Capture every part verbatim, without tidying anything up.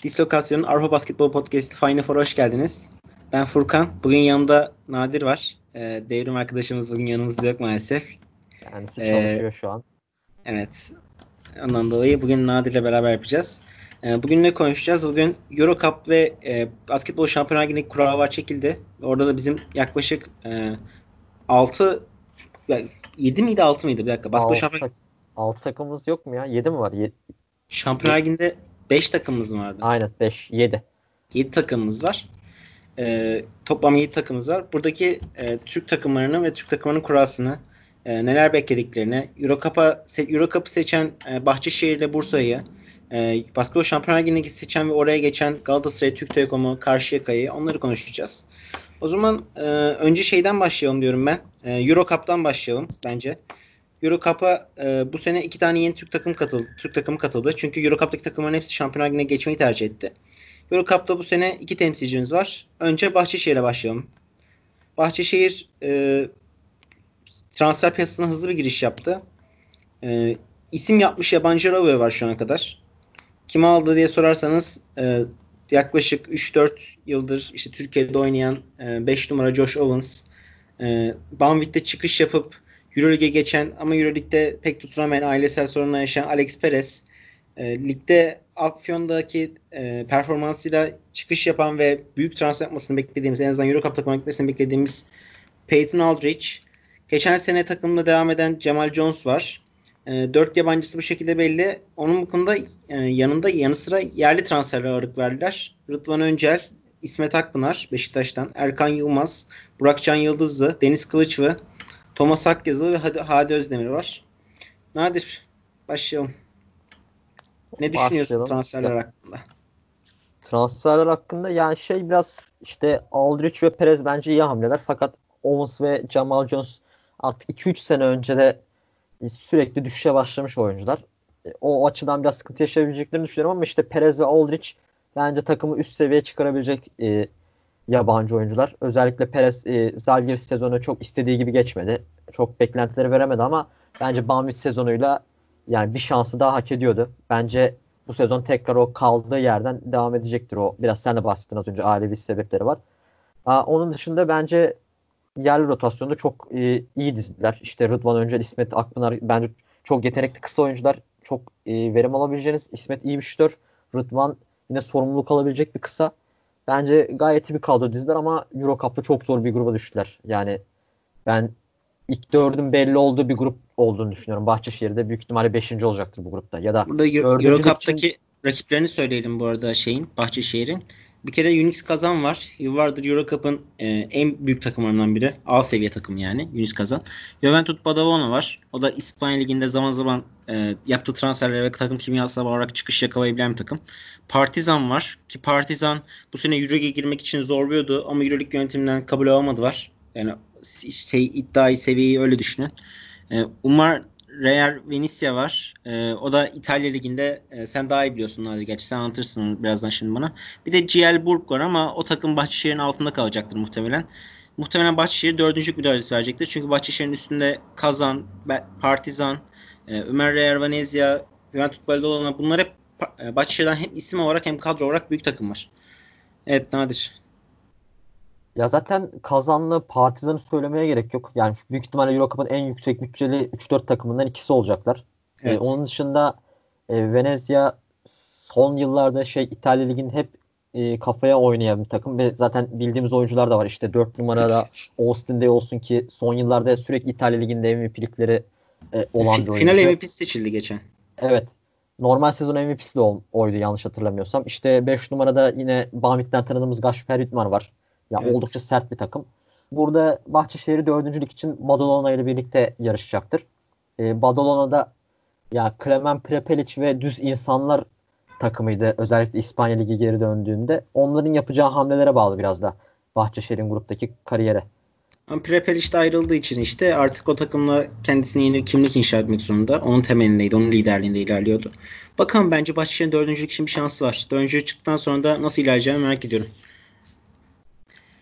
Dislokasyon'un Avrupa Basketbol Podcast'ı Final Four'a hoş geldiniz. Ben Furkan. Bugün yanımda Nadir var. Ee, devrim arkadaşımız bugün yanımızda yok maalesef. Kendisi Ee, çalışıyor şu an. Evet. Ondan dolayı bugün Nadir'le beraber yapacağız. Ee, bugün ne konuşacağız? Bugün Euro Cup ve e, Basketbol Şampiyonlar Ligi'ndeki kurallar çekildi. Orada da bizim yaklaşık e, altı yedi miydi altı mıydı? Bir dakika. Basketbol Şampiyonlar altı takımımız yok mu ya? yedi mi var? Ye- Şampiyonlar Ligi'nde beş takımımız vardı. Aynen beş, yedi. yedi takımımız var. E, toplam yedi takımımız var. Buradaki e, Türk takımlarının ve Türk takımlarının kurasını, e, neler beklediklerini, Euro Cup'a Euro Cup'ı seçen e, Bahçeşehir ile Bursa'yı, e, Basketbol Şampiyonlar Ligi'ndeki seçen ve oraya geçen Galatasaray, Türk Telekom'u, Karşıyaka'yı, onları konuşacağız. O zaman e, önce şeyden başlayalım diyorum ben. E, Euro Cup'tan başlayalım bence. Euro Cup'a e, bu sene iki tane yeni Türk takım katıldı. Türk takımı katıldı. Çünkü Euro Cup'taki takımların hepsi Şampiyonlar Ligi'ne geçmeyi tercih etti. Euro Cup'ta bu sene iki temsilcimiz var. Önce Bahçeşehir'e başlayalım. Bahçeşehir e, transfer piyasasına hızlı bir giriş yaptı. E, isim yapmış yabancı Ravoy var şu ana kadar. Kim aldı diye sorarsanız e, yaklaşık üç dört yıldır işte Türkiye'de oynayan e, beş numara Josh Owens, e, Banvit'te çıkış yapıp Euroleague'e geçen ama Euroleague'de pek tutunamayan, ailesel sorunlar yaşayan Alex Perez, e, ligde Afyon'daki e, performansıyla çıkış yapan ve büyük transfer yapmasını beklediğimiz, en azından Euro Cup takımına gitmesini beklediğimiz Peyton Aldridge, geçen sene takımda devam eden Jamal Jones var. E, dört yabancısı bu şekilde belli. Onun bu konuda e, yanında yanı sıra yerli transferler ağırlık verdiler. Rıdvan Öncel, İsmet Akpınar Beşiktaş'tan, Erkan Yılmaz, Burakcan Yıldızlı, Deniz Kılıçlı, Thomas Akyazılı ve Hadi Özdemir var. Nadir, başlayalım. Ne düşünüyorsun Başlayalım. transferler hakkında? Transferler hakkında yani şey biraz işte Aldridge ve Perez bence iyi hamleler. Fakat Owens ve Jamal Jones artık iki üç sene önce de sürekli düşüşe başlamış oyuncular. O açıdan biraz sıkıntı yaşayabileceklerini düşünüyorum ama işte Perez ve Aldridge bence takımı üst seviyeye çıkarabilecek e, yabancı oyuncular. Özellikle Perez e, Zalgiris sezonu çok istediği gibi geçmedi. Çok beklentileri veremedi ama bence Banvit sezonuyla yani bir şansı daha hak ediyordu. Bence bu sezon tekrar o kaldığı yerden devam edecektir o. Biraz sen de bahsettin az önce, ailevi sebepleri var. Aa, onun dışında bence yerli rotasyonda çok e, iyi dizdiler. İşte Rıdvan Öncel, İsmet Akpınar bence çok yetenekli kısa oyuncular. Çok e, verim alabileceğiniz. İsmet iyi bir şütör. Rıdvan yine sorumluluk alabilecek bir kısa. Bence gayet iyi bir kadro dizdiler ama Euro Cup'ta çok zor bir gruba düştüler. Yani ben ilk dördün belli olduğu bir grup olduğunu düşünüyorum. Bahçeşehir'de büyük ihtimalle beşinci olacaktır bu grupta. Ya da Burada Euro dördüncülük Cup'taki için... rakiplerini söyleyelim bu arada şeyin, Bahçeşehir'in. Bir kere Unix Kazan var. Yıllardır Euro Cup'ın e, en büyük takımlarından biri. A seviye takım yani Unix Kazan. Juventud Badalona var. O da İspanya Ligi'nde zaman zaman e, yaptığı transferlere ve takım kimyasal olarak çıkış yakalayabilen bir takım. Partizan var. Ki Partizan bu sene Euroleague'e girmek için zorluyordu ama Euroleague yönetiminden kabul alamadılar. Yani şey, iddiayı, seviyeyi öyle düşünün. E, Umar Real Venezia var. E, o da İtalya Ligi'nde, e, sen daha iyi biliyorsun Nadir, gerçi sen anlatırsın onu birazdan şimdi bana. Bir de Cielburg var ama o takım Bahçeşehir'in altında kalacaktır muhtemelen. Muhtemelen Bahçeşehir dördüncülük müdahalesi verecektir. Çünkü Bahçeşehir'in üstünde Kazan, Partizan, e, Ömer Real Venezia, Juventud Badalona, bunlar hep e, Bahçeşehir'den hem isim olarak hem kadro olarak büyük takımlar. Evet Nadir. Ya zaten Kazanlı Partizan'ı söylemeye gerek yok. Yani büyük ihtimalle Euro Cup'ın en yüksek bütçeli üç dört takımından ikisi olacaklar. Ee, Evet. onun dışında e, Venezia son yıllarda şey İtalya Ligi'nin hep e, kafaya oynayan bir takım ve zaten bildiğimiz oyuncular da var. İşte dört numarada Austin Day olsun ki son yıllarda sürekli İtalya Ligi'nde M V P'likleri e, olan bir Final oyuncu. M V P'si seçildi geçen. Evet. Normal sezon M V P'si de ol- oydu yanlış hatırlamıyorsam. İşte beş numarada yine Banvit'ten tanıdığımız Gasper Yutmar var. Ya Evet. oldukça sert bir takım. Burada Bahçeşehir dördüncülük için Badalona ile birlikte yarışacaktır. Ee, Badalona'da ya Klemen Prepelic ve Düz insanlar takımıydı. Özellikle İspanya Ligi geri döndüğünde. Onların yapacağı hamlelere bağlı biraz da Bahçeşehir'in gruptaki kariyere. Ama Prepelic de ayrıldığı için işte artık o takımla kendisine yeni kimlik inşa etmek zorunda. Onun temelindeydi. Onun liderliğinde ilerliyordu. Bakalım, bence Başakşehir'in dördüncülük için bir şansı var. Dördüncülük çıktıktan sonra da nasıl ilerleyeceğini merak ediyorum.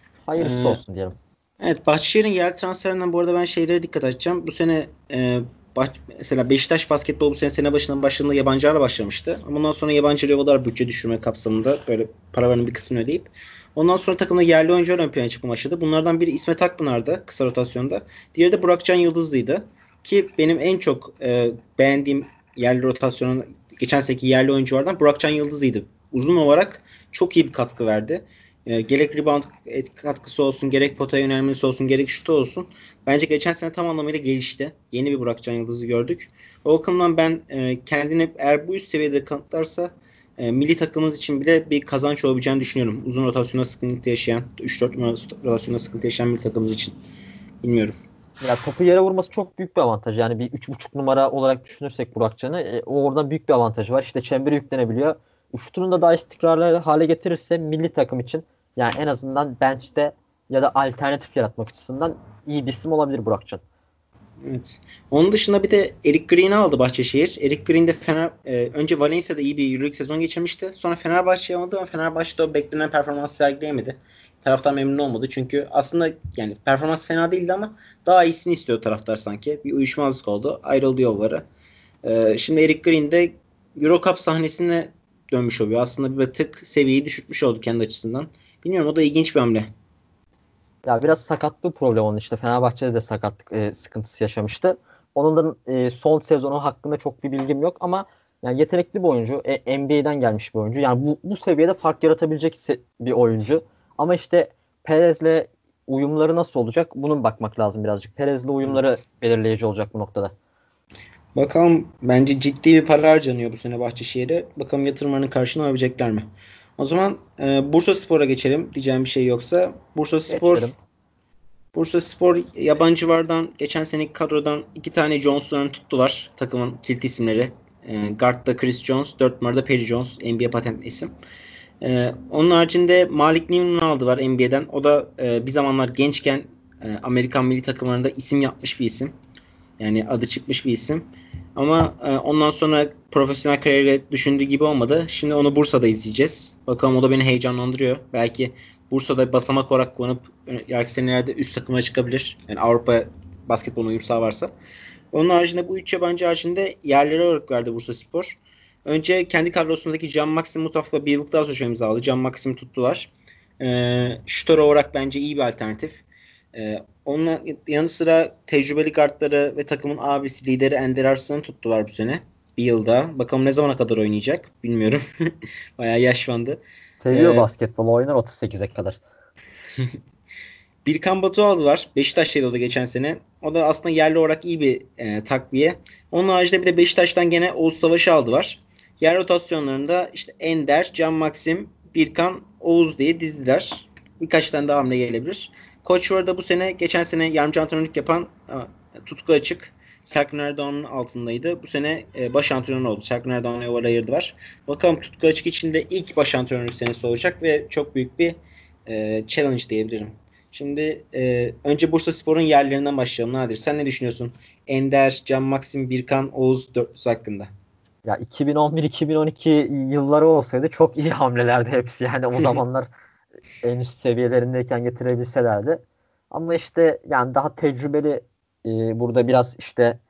Hayırlısı Ee, olsun diyelim. evet, Bahçeşehir'in yer transferinden bu arada ben şeylere dikkat edeceğim. Bu sene e, Bah- mesela Beşiktaş basketbol bu sene sene başından başladığında yabancılarla başlamıştı. Ama ondan sonra yabancı revolar bütçe düşürme kapsamında böyle paraların bir kısmını ödeyip ondan sonra takımda yerli oyuncular ön plana çıkmaya başladı. Bunlardan biri İsmet Akpınar'dı kısa rotasyonda. Diğeri de Burakcan Yıldızlı'ydı. Ki benim en çok e, beğendiğim yerli rotasyonun geçen seneki yerli oyunculardan Burakcan Yıldızlı'ydı. Uzun olarak çok iyi bir katkı verdi. E, gerek rebound katkısı olsun, gerek potaya yönelmesi olsun, gerek şutu olsun. Bence geçen sene tam anlamıyla gelişti. Yeni bir Burakcan Yıldız'ı gördük. O bakımdan ben e, kendini eğer bu üst seviyede kanıtlarsa e, milli takımımız için bile bir kazanç olabileceğini düşünüyorum. Uzun rotasyonda sıkıntı yaşayan, üç dört numara rotasyonda sıkıntı yaşayan milli takımımız için. Bilmiyorum. Ya topu yere vurması çok büyük bir avantaj. Yani bir üç buçuk numara olarak düşünürsek Burakcan'ı e, oradan büyük bir avantajı var. İşte çembere yüklenebiliyor. Şutunu da daha istikrarlı hale getirirse milli takım için yani en azından bench'te ya da alternatif yaratmak açısından iyi bir isim olabilir Burakcan. Evet. Onun dışında bir de Eric Green'i aldı Bahçeşehir. Eric Green de Fener, e, önce Valencia'da iyi bir Euroleague sezon geçirmişti. Sonra Fenerbahçe'ye aldı ama Fenerbahçe'de o beklenen performans sergileyemedi. Taraftar memnun olmadı. Çünkü aslında yani performans fena değildi ama daha iyisini istiyor taraftar sanki. Bir uyuşmazlık oldu. Ayrıldı yolları. E, şimdi Eric Green de Euro Cup sahnesine dönmüş oluyor. Aslında bir tık seviyeyi düşürtmüş oldu kendi açısından. Bilmiyorum, o da ilginç bir hamle. Ya biraz sakatlığı problem onun işte. Fenerbahçe'de de sakatlık e, sıkıntısı yaşamıştı. Onun da e, son sezonu hakkında çok bir bilgim yok ama yani yetenekli bir oyuncu. E, N B A'den gelmiş bir oyuncu. Yani bu, bu seviyede fark yaratabilecek se- bir oyuncu. Ama işte Perez'le uyumları nasıl olacak? Bunun bakmak lazım birazcık. Perez'le uyumları belirleyici olacak bu noktada. Bakalım, bence ciddi bir para harcanıyor bu sene Bahçeşehir'e. Bakalım yatırımlarının karşılığını alabilecekler mi? O zaman e, Bursaspor'a geçelim diyeceğim bir şey yoksa. Geçelim. Bursaspor Bursaspor yabancılardan geçen seneki kadrodan iki tane Jones'larını tuttular. Takımın kilit isimleri. E, Guard'da Chris Jones, dört numarada Perry Jones. N B A patentli isim. E, onun haricinde Malik Newman'ı aldılar N B A'den. O da e, bir zamanlar gençken e, Amerikan milli takımlarında isim yapmış bir isim. Yani adı çıkmış bir isim. Ama e, ondan sonra profesyonel kariyeri düşündüğü gibi olmadı. Şimdi onu Bursa'da izleyeceğiz. Bakalım, o da beni heyecanlandırıyor. Belki Bursa'da basamak olarak kullanıp ileriki senelerde üst takıma çıkabilir. Yani Avrupa basketboluna uyum sağlarsa. Onun haricinde bu üç yabancı haricinde yerleri olarak verdi Bursaspor. Önce kendi kadrosundaki Can Maxim Mutaf'la bir yıllık daha sözleşme imzaladı. Can Maxim'i tuttular. Ee, şutör olarak bence iyi bir alternatif. Ee, onun yanı sıra tecrübeli guardları ve takımın abisi lideri Ender Arslan'ı tuttular bu sene. Bir yılda. Bakalım ne zamana kadar oynayacak bilmiyorum. Bayağı yaşlandı. Seviyor Ee, basketbolu. Oynar otuz sekize kadar. Birkan Batuoğlu var. Beşiktaş'taydı o da geçen sene. O da aslında yerli olarak iyi bir e, takviye. Onun haricinde bir de Beşiktaş'tan gene Oğuz Savaş'ı aldılar. Yer rotasyonlarında işte Ender, Can Maxim, Birkan, Oğuz diye dizdiler. Birkaç tane daha hamle gelebilir. Koç var da bu sene geçen sene yardımcı antrenörlük yapan a, Tutku Açık, Serkan Erdoğan'ın altındaydı. Bu sene e, baş antrenör oldu. Serkan Erdoğan'la yolları ayırdılar. Bakalım Tutku Açık için de ilk baş antrenörlük senesi olacak ve çok büyük bir e, challenge diyebilirim. Şimdi e, önce Bursaspor'un yerlerinden başlayalım. Nadir, sen ne düşünüyorsun? Ender, Can Maxim, Birkan, Oğuz dörtlüsü hakkında. Ya iki bin on bir iki bin on iki yılları olsaydı çok iyi hamlelerdi hepsi. Yani o zamanlar en üst seviyelerindeyken getirebilselerdi. Ama işte yani daha tecrübeli e, burada biraz işte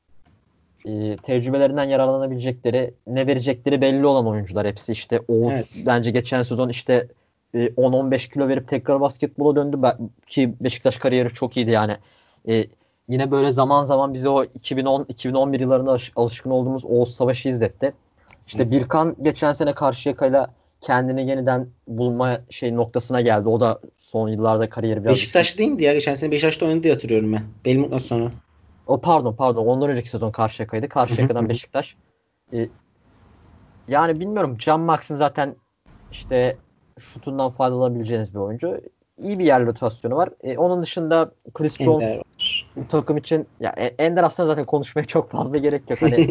e, tecrübelerinden yararlanabilecekleri, ne verecekleri belli olan oyuncular hepsi. İşte Oğuz Evet. bence geçen sezon işte e, on on beş kilo verip tekrar basketbola döndü. Ben, ki Beşiktaş kariyeri çok iyiydi yani. E, yine böyle zaman zaman bize o iki bin on iki bin on bir yıllarında alış- alışkın olduğumuz Oğuz Savaş'ı izletti. İşte Evet. Birkan geçen sene Karşıyaka'yla kendini yeniden bulma şey noktasına geldi. O da son yıllarda kariyeri biraz düştü. Beşiktaş'ta değil miydi ya? Geçen sene Beşiktaş'ta oynadı diye hatırlıyorum ben. Belmut'tan sonra. O pardon pardon ondan önceki sezon Karşıyaka'ydı. Hı hı Karşıyaka'dan hı. Beşiktaş. E, yani bilmiyorum. Can Maxim zaten işte şutundan faydalanabileceğiniz bir oyuncu. İyi bir yer rotasyonu var. E, onun dışında Chris Jones Ender var. bu takım için ya e, Ender aslında zaten konuşmaya çok fazla gerek yok. Hani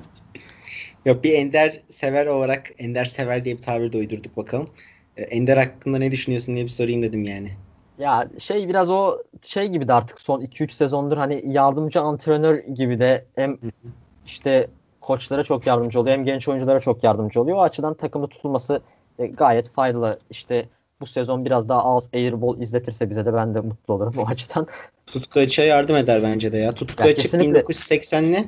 Yok, bir Ender sever olarak Ender sever diye bir tabir de uydurduk bakalım. E, Ender hakkında ne düşünüyorsun diye bir sorayım dedim yani. ya şey biraz o şey gibi de artık son iki üç sezondur hani yardımcı antrenör gibi de hem Hı hı. işte koçlara çok yardımcı oluyor hem genç oyunculara çok yardımcı oluyor. O açıdan takımda tutulması e, gayet faydalı. İşte bu sezon biraz daha az airball izletirse bize de ben de mutlu olurum o açıdan. Tutku Açık'a yardım eder bence de ya. Tutku Ya Açık kesinlikle. bin dokuz yüz seksenli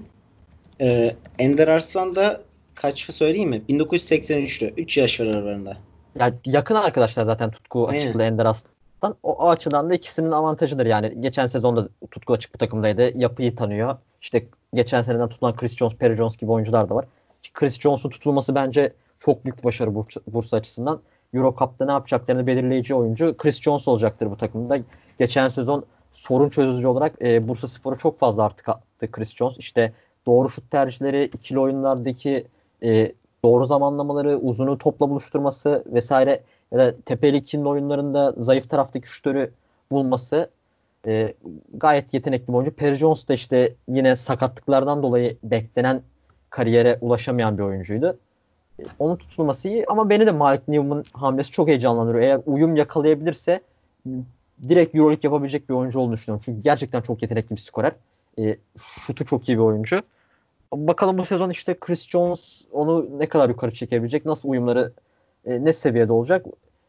e, Ender Arslan da kaç söyleyeyim mi? bin dokuz yüz seksen üçlü. üç yaş var aralarında. Ya yakın arkadaşlar zaten Tutku Aynen. Açık'la Ender Arslan. O, o açıdan da ikisinin avantajıdır yani. Geçen sezonda Tutku Açık bu takımdaydı. Yapıyı tanıyor. İşte geçen seneden tutulan Chris Jones, Perry Jones gibi oyuncular da var. Chris Jones'un tutulması bence çok büyük bir başarı Bursa, Bursa açısından. Euro Cup'ta ne yapacaklarını belirleyici oyuncu Chris Jones olacaktır bu takımda. Geçen sezon sorun çözücü olarak e, Bursaspor'a çok fazla artık attı Chris Jones. İşte doğru şut tercihleri, ikili oyunlardaki e, doğru zamanlamaları, uzunu topla buluşturması vesaire ya da tepeli ikilinin oyunlarında zayıf taraftaki şutörü bulması e, gayet yetenekli bir oyuncu. Perry Jones da işte yine sakatlıklardan dolayı beklenen kariyere ulaşamayan bir oyuncuydu. E, onun tutulması iyi ama beni de Malik Newman hamlesi çok heyecanlandırıyor. Eğer uyum yakalayabilirse direkt Euroleague yapabilecek bir oyuncu olduğunu düşünüyorum. Çünkü gerçekten çok yetenekli bir skorer. E, şutu çok iyi bir oyuncu. Bakalım bu sezon işte Chris Jones onu ne kadar yukarı çekebilecek, nasıl uyumları e, ne seviyede olacak.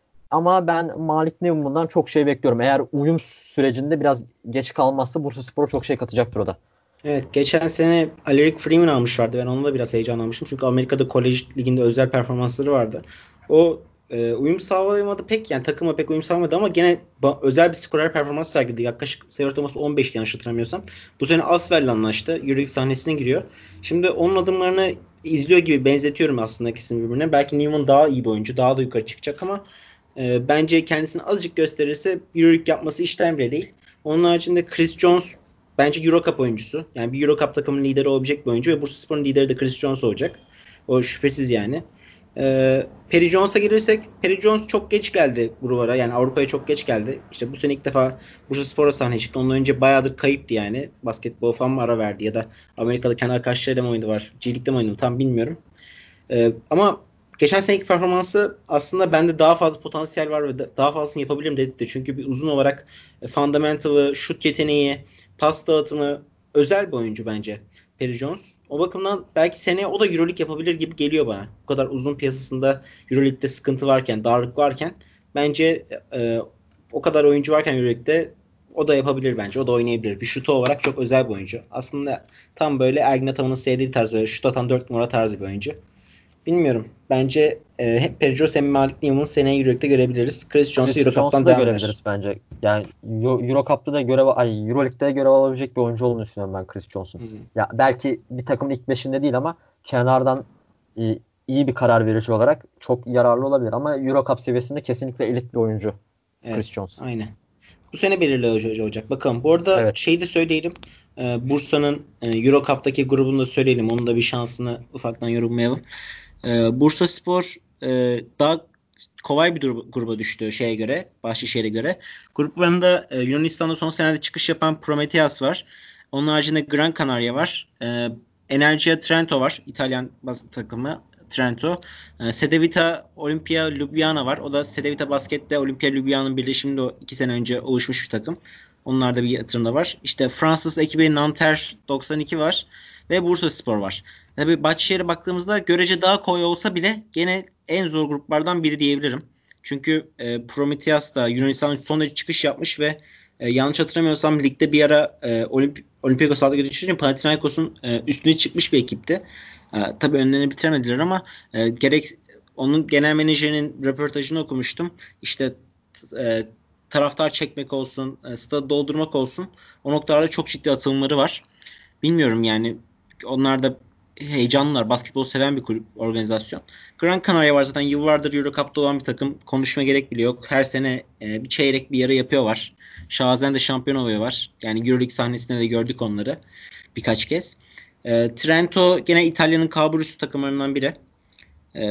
Ama ben Malik Newman'dan çok şey bekliyorum. Eğer uyum sürecinde biraz geç kalmazsa Bursaspor'a çok şey katacaktır o da. Evet, geçen sene Alaric Freeman almışlardı. Ben onunla da biraz heyecanlanmıştım. Çünkü Amerika'da kolej liginde özel performansları vardı. O e, uyum sağlayamadı pek, yani takıma pek uyum sağlamadı ama gene ba- özel bir skorer performans sergiledi. Yaklaşık sayı ortalaması on beşti yanlış hatırlamıyorsam. Bu sene Asvel'le anlaştı. Euroleague sahnesine giriyor. Şimdi onun adımlarını izliyor gibi benzetiyorum aslında ikisini birbirine. Belki Newman daha iyi bir oyuncu. Daha da yukarı çıkacak ama e, bence kendisini azıcık gösterirse Euroleague yapması işten bile değil. Onun haricinde Chris Jones bence Euro Cup oyuncusu. Yani bir Euro Cup takımının lideri olabilecek bir oyuncu ve Bursaspor'un lideri de Chris Jones olacak. O şüphesiz yani. Ee, Perry Jones'a gelirsek, Perry Jones çok geç geldi buralara. Yani Avrupa'ya çok geç geldi. İşte bu sene ilk defa Bursaspor'a sahneye çıktı. Ondan önce bayağıdır kayıptı yani. Basketbol falan mı ara verdi ya da Amerika'da kendi arkadaşlarıyla mı oynadı var? G-League'de mi oynadı tam bilmiyorum. Ee, ama geçen seneki performansı aslında bende daha fazla potansiyel var ve daha fazlasını yapabilirim dedi. Çünkü bir uzun olarak fundamental'ı, şut yeteneği, pas dağıtımı özel bir oyuncu bence Perry Jones. O bakımdan belki seneye o da Euroleague yapabilir gibi geliyor bana. Bu kadar uzun piyasasında Euroleague'de sıkıntı varken, darlık varken bence e, o kadar oyuncu varken Euroleague'de o da yapabilir bence. O da oynayabilir. Bir şutu olarak çok özel bir oyuncu. Aslında tam böyle Ergin Ataman'ın sevdiği tarzı, şut atan dört numara tarzı bir oyuncu. Bilmiyorum. Bence e, hem Perry Jones hem Malik Newman'ı seneye Euroleague'de görebiliriz. Chris Jones'u Euro Cup'tan devam görebiliriz eder. bence. Yani Euro Cup'ta da görev, ay Euroleague'de görev alabilecek bir oyuncu olduğunu düşünüyorum ben Chris Jones'un. Hı hı. Ya belki bir takımın ilk beşinde değil ama kenardan e, iyi bir karar verici olarak çok yararlı olabilir ama Euro Cup seviyesinde kesinlikle elit bir oyuncu Evet, Chris Jones. Aynen. Bu sene belirleyici olacak. Bakalım. Bu arada evet. şeyi de söyleyelim. Ee, Bursa'nın e, Euro Cup'taki grubunu da söyleyelim. Onun da bir şansını ufaktan yorumlayalım. Ee, Bursaspor e, daha kolay bir dur- gruba düştü şeye göre, Bahçeşehir'e göre. Gruplarında e, Yunanistan'da son senede çıkış yapan Prometheas var. Onun haricinde Gran Canaria var. E, Energia Trento var. İtalyan bas- takımı Trento. E, Cedevita Olimpia Ljubljana var. O da Cedevita Basket'te Olimpia Ljubljana'nın birleşiminde o iki sene önce oluşmuş bir takım. Onlarda bir yatırım da var. İşte Fransız ekibi Nanterre doksan iki var. Ve Bursaspor var. Tabii Bahçeşehir'e baktığımızda görece daha kolay olsa bile gene en zor gruplardan biri diyebilirim. Çünkü e, Prometheas da Yunanistan'ın son derece çıkış yapmış ve e, yanlış hatırlamıyorsam ligde bir ara e, Olimp- Olympiakos adlı geçişince Panathinaikos'un e, üstüne çıkmış bir ekipti. E, tabii önlerini bitiremediler ama e, gerek onun genel menajerinin röportajını okumuştum. İşte e, taraftar çekmek olsun, e, stadı doldurmak olsun, o noktalarda çok ciddi atılımları var. Bilmiyorum yani, onlar da heyecanlılar. Basketbol seven bir kulüp, organizasyon. Gran Canaria var zaten, yıllardır Euro Cup'ta olan bir takım. Konuşma gerek bile yok. Her sene e, bir çeyrek bir yarı yapıyorlar. Şahazen de şampiyon oluyorlar. Yani Euroleague sahnesinde de gördük onları birkaç kez. E, Trento gene İtalya'nın kalburüstü takımlarından biri. E,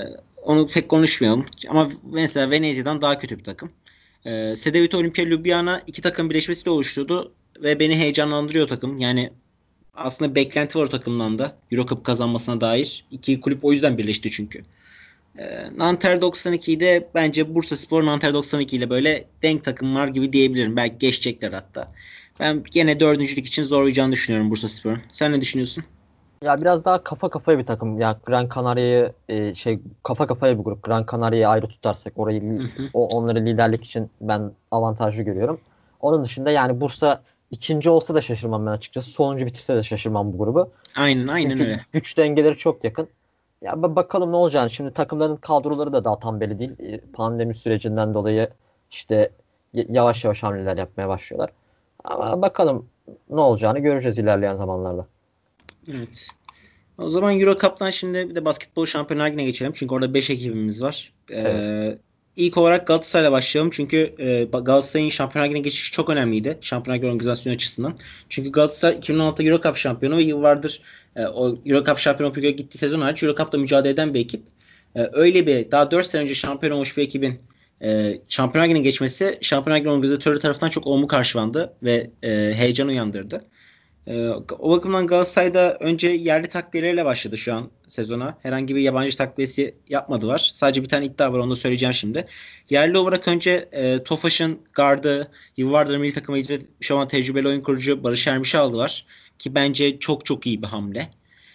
onu pek konuşmayalım. Ama mesela Venezia'dan daha kötü bir takım. E, Cedevita Olimpia Ljubljana iki takım birleşmesiyle oluşturdu ve beni heyecanlandırıyor takım. Yani aslında beklenti var o takımdan da Euro Cup kazanmasına dair. İki kulüp o yüzden birleşti çünkü. Ee, Nanterre doksan ikiyi de bence Bursaspor Nanterre doksan iki ile böyle denk takımlar gibi diyebilirim. Belki geçecekler hatta. Ben gene dördüncülük için zorlayacağını düşünüyorum Bursaspor'un. Sen ne düşünüyorsun? Ya biraz daha kafa kafaya bir takım. Ya Gran Canaria'yı e, şey kafa kafaya bir grup. Gran Canaria'yı ayrı tutarsak orayı Hı li- hı. o onları liderlik için ben avantajlı görüyorum. Onun dışında yani Bursa ikinci olsa da şaşırmam ben açıkçası. Sonuncu bitirse de şaşırmam bu grubu. Aynen aynen Çünkü öyle. güç dengeleri çok yakın. Ya ba- bakalım ne olacağını. Şimdi takımların kadroları da daha tam belli değil. E, Pandemi sürecinden dolayı işte y- yavaş yavaş hamleler yapmaya başlıyorlar. Ama bakalım ne olacağını göreceğiz ilerleyen zamanlarda. Evet. O zaman Euro Cup'tan şimdi bir de basketbol Şampiyonlar Ligi'ne geçelim. Çünkü orada beş ekibimiz var. Evet. Ee, ilk olarak Galatasaray'la başlayalım. Çünkü e, Galatasaray'ın Şampiyonlar Ligi'ne geçişi çok önemliydi. Şampiyonlar Ligi organizasyonu açısından. Çünkü Galatasaray iki bin on altı Euro Cup şampiyonu ve yıllardır e, o Euro Cup şampiyonu Ligi'ne gittiği sezon hariç Euro Cup'ta mücadele eden bir ekip. E, öyle bir daha dört sene önce şampiyon olmuş bir ekibin e, Şampiyonlar Ligi'ne geçmesi Şampiyonlar Ligi organizatörü tarafından çok olumlu karşılandı ve e, heyecan uyandırdı. Ee, o bakımdan Galatasaray'da önce yerli takviyeleriyle başladı şu an sezona. Herhangi bir yabancı takviyesi yapmadılar. Sadece bir tane iddia var, onu da söyleyeceğim şimdi. Yerli olarak önce e, Tofaş'ın gardı, yıllardır milli takıma hizmet etmiş olan tecrübeli oyun kurucu Barış Ermiş'i aldılar. Ki bence çok çok iyi bir hamle.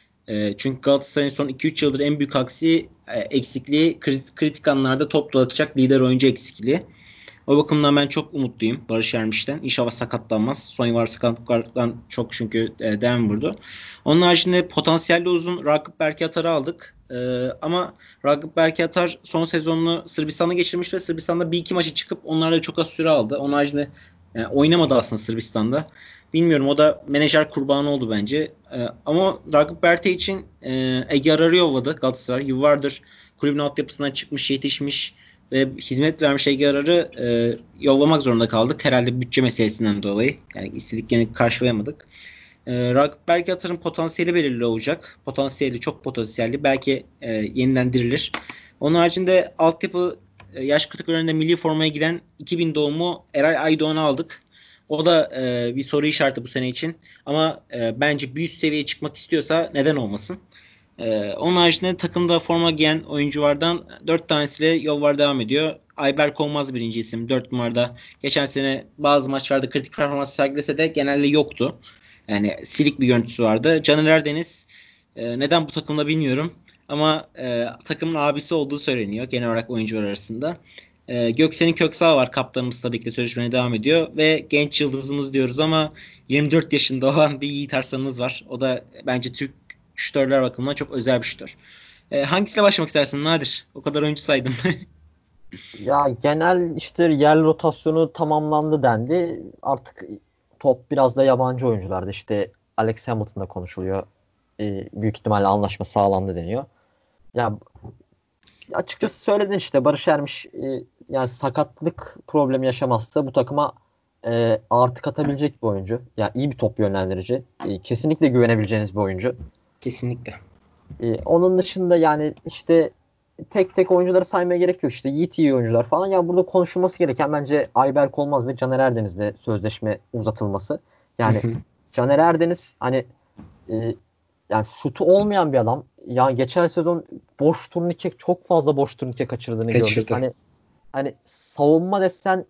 E, çünkü Galatasaray'ın son iki üç yıldır en büyük aksi e, eksikliği kritik, kritik anlarda top dağıtacak lider oyuncu eksikliği. O bakımdan ben çok umutluyum Barış Ermiş'ten. İnşallah sakatlanmaz. Son yıllar sakatlıklardan çok çünkü e, dem vurdu. Onun haricinde potansiyelli uzun Ragıp Berkatar'ı aldık. E, ama Ragıp Berkatar son sezonunu Sırbistan'da geçirmiş ve Sırbistan'da bir iki maçı çıkıp onlarla çok az süre aldı. Onun haricinde e, oynamadı aslında Sırbistan'da. Bilmiyorum, o da menajer kurbanı oldu bence. E, ama Ragıp Berte için e, Ege Arar'ı yolladı Galatasaray. Yıllardır kulübün altyapısından çıkmış, yetişmiş ve hizmet vermiş Ege Arar'ı e, yollamak zorunda kaldık. Herhalde bütçe meselesinden dolayı. Yani istediklerini karşılayamadık. E, Ragıp Berkatar'ın potansiyeli belirli olacak. Potansiyeli çok potansiyelli. Belki e, yeniden dirilir. Onun haricinde altyapı e, yaş kategorilerinde milli formaya giren iki bin doğumlu Eray Aydoğan'ı aldık. O da e, bir soru işareti bu sene için. Ama e, bence bir üst seviyeye çıkmak istiyorsa neden olmasın? Ee, onun haricinde takımda forma giyen oyunculardan dört tanesiyle yollar devam ediyor. Ayberk Olmaz birinci isim dört numarada. Geçen sene bazı maçlarda kritik performans sergilese de genelde yoktu. Yani silik bir görüntüsü vardı. Caner Erdeniz e, neden bu takımda bilmiyorum. Ama e, takımın abisi olduğu söyleniyor genel olarak oyuncular arasında. E, Göksen'in Köksal var. Kaptanımız tabii ki de sözleşmeye devam ediyor. Ve genç yıldızımız diyoruz ama yirmi dört yaşında olan bir Yiğit Arslan'ımız var. O da bence Türk şütörler bakımından çok özel bir şütör. E, hangisiyle başlamak istersin Nadir? O kadar oyuncu saydım. Ya genel işte yer rotasyonu tamamlandı dendi. Artık top biraz da yabancı oyuncularda. İşte Alex Hamilton'da konuşuluyor. Ee, büyük ihtimalle anlaşma sağlandı deniyor. Ya açıkçası söyledin işte Barış Ermiş e, yani sakatlık problemi yaşamazsa bu takıma e, artı katabilecek bir oyuncu. Yani iyi bir top yönlendirici. E, kesinlikle güvenebileceğiniz bir oyuncu. Kesinlikle. E, onun dışında yani işte tek tek oyuncuları saymaya gerek yok. İşte Yiğit iyi oyuncular falan. Yani burada konuşulması gereken bence Ayberk Olmaz ve Caner Erdeniz'le sözleşme uzatılması. Yani Caner Erdeniz hani e, yani şutu olmayan bir adam. Yani geçen sezon boş turnike çok fazla boş turnike kaçırdığını gördük. Kaçırdı. Hani hani savunma desen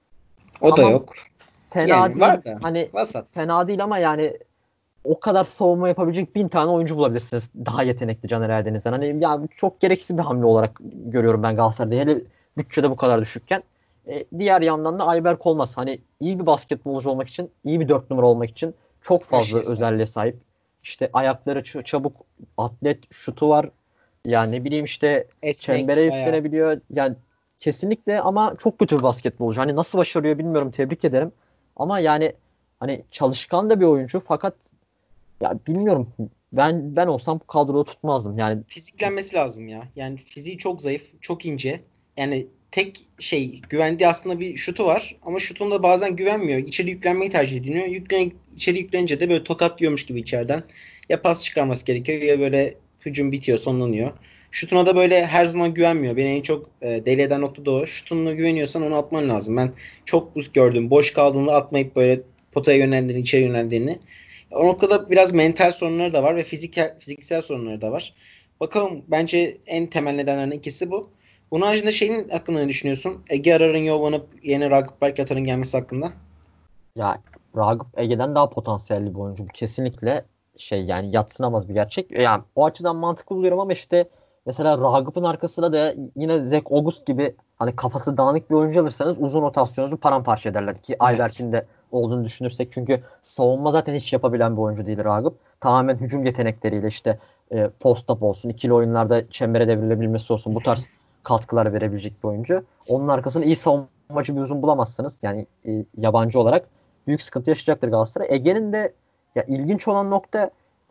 O da tamam yok. fena Yani değil. var da Hani vasat. fena değil ama yani o kadar savunma yapabilecek bin tane oyuncu bulabilirsiniz. Daha yetenekli Caner Erdeniz'den. Hani ya çok gereksiz bir hamle olarak görüyorum ben Galatasaray'da. Hele bütçede bu kadar düşükken. E, diğer yandan da Ayberk Olmaz. Hani iyi bir basketbolcu olmak için, iyi bir dört numara olmak için çok Her fazla şeye sahip. özelliğe sahip. İşte ayakları ç- çabuk, atlet, şutu var. Yani ne bileyim işte çembere Esnek bayağı. yüklenebiliyor. Yani kesinlikle ama çok kötü bir basketbolcu. Hani nasıl başarıyor bilmiyorum. Tebrik ederim. Ama yani hani çalışkan da bir oyuncu fakat ya bilmiyorum. Ben ben olsam kadroda tutmazdım. Yani Fiziklenmesi lazım ya. Yani fiziği çok zayıf, çok ince. Yani tek şey güvendiği aslında bir şutu var ama şutunda bazen güvenmiyor. İçeri yüklenmeyi tercih ediyor. Yüklen, içeri yüklenince de böyle tokat yiyormuş gibi içeriden. Ya pas çıkarması gerekiyor ya böyle hücum bitiyor, sonlanıyor. Şutuna da böyle her zaman güvenmiyor. Beni en çok e, deli eden nokta da o. Şutuna güveniyorsan onu atman lazım. Ben çok gördüm. Boş kaldığında atmayıp böyle potaya yöneldiğini, içeri yöneldiğini. O noktada biraz mental sorunları da var ve fiziksel, fiziksel sorunları da var. Bakalım, bence en temel nedenlerden ikisi bu. Bunun haricinde şeyin hakkında ne düşünüyorsun? Ege Arar'ın yollanıp yeni Ragıp Berkatar'ın gelmesi hakkında. ya Ragıp Ege'den daha potansiyelli bir oyuncu bu kesinlikle. şey yani yadsınamaz bir gerçek. Yani o açıdan mantıklı buluyorum ama işte mesela Ragıp'ın arkasına da yine Zach August gibi hani kafası dağınık bir oyuncu alırsanız uzun rotasyonunuzu paramparça ederler ki Evet. Ayberk'in de olduğunu düşünürsek çünkü savunma zaten hiç yapabilen bir oyuncu değil Ragıp. Tamamen hücum yetenekleriyle işte e, post-up olsun, ikili oyunlarda çembere devrilebilmesi olsun bu tarz katkılar verebilecek bir oyuncu. Onun arkasına iyi savunmacı bir uzun bulamazsınız. Yani e, yabancı olarak büyük sıkıntı yaşayacaktır Galatasaray. Ege'nin de ya ilginç olan nokta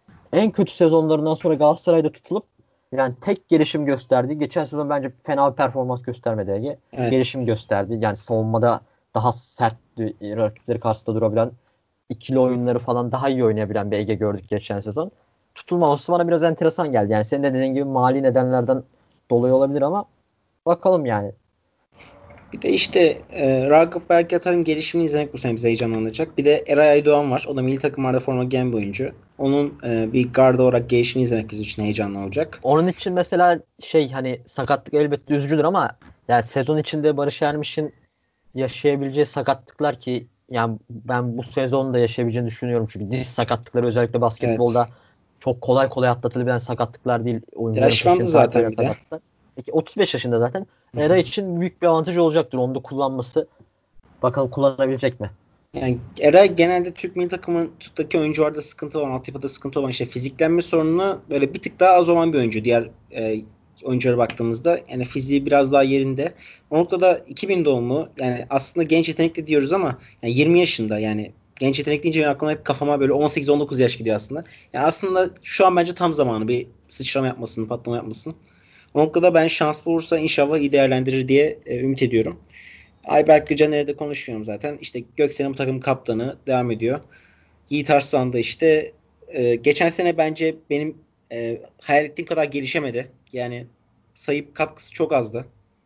en kötü sezonlarından sonra Galatasaray'da tutulup yani tek gelişim gösterdiği geçen sezon bence fena bir performans göstermedi Ege. Evet. Gelişim gösterdi. Yani savunmada daha sert rakipleri karşısında durabilen ikili oyunları falan daha iyi oynayabilen bir Ege gördük geçen sezon. Tutulmaması bana biraz enteresan geldi. Yani senin de dediğin gibi mali nedenlerden dolayı olabilir ama bakalım yani. Bir de işte e, Ragıp Berkatar'ın gelişimini izlemek bu sene bize heyecanlanacak. Bir de Eray Aydoğan var. O da milli takımlarda forma giyen bir oyuncu. Onun e, bir garda olarak gelişimini izlemek bizim için heyecanlı olacak. Onun için mesela şey hani sakatlık elbette üzücüdür ama yani sezon içinde Barış Ermiş'in yaşayabileceği sakatlıklar ki yani ben bu sezonda yaşayabileceğini düşünüyorum çünkü diz sakatlıkları özellikle Evet. basketbolda çok kolay kolay atlatılabilen sakatlıklar değil. Oyuncuların Yaşlandı peşini takip eden zaten bir de. sakatlıklar. Peki otuz beş yaşında zaten. Era için büyük bir avantaj olacaktır. Onu da kullanması. Bakalım kullanabilecek mi? Yani Eray genelde Türk milli takımındaki oyuncularda sıkıntı olan, altyapıda sıkıntı olan işte fiziklenme sorununu böyle bir tık daha az olan bir oyuncu. Diğer e, oyunculara baktığımızda yani fiziği biraz daha yerinde. O noktada iki bin doğumlu yani aslında genç yetenekli diyoruz ama yani yirmi yaşında yani genç yetenek deyince benim aklıma hep kafama böyle on sekiz on dokuz yaş gidiyor aslında. Yani aslında şu an bence tam zamanı bir sıçrama yapmasını, patlama yapmasını. O noktada ben şans bulursa inşallah iyi değerlendirir diye e, ümit ediyorum. Ayberk Caner'e de konuşmuyorum zaten. İşte Göksel'in bu takım kaptanı devam ediyor. Yiğit Arslan da işte e, geçen sene bence benim e, hayal ettiğim kadar gelişemedi. Yani sayıp katkısı çok azdı.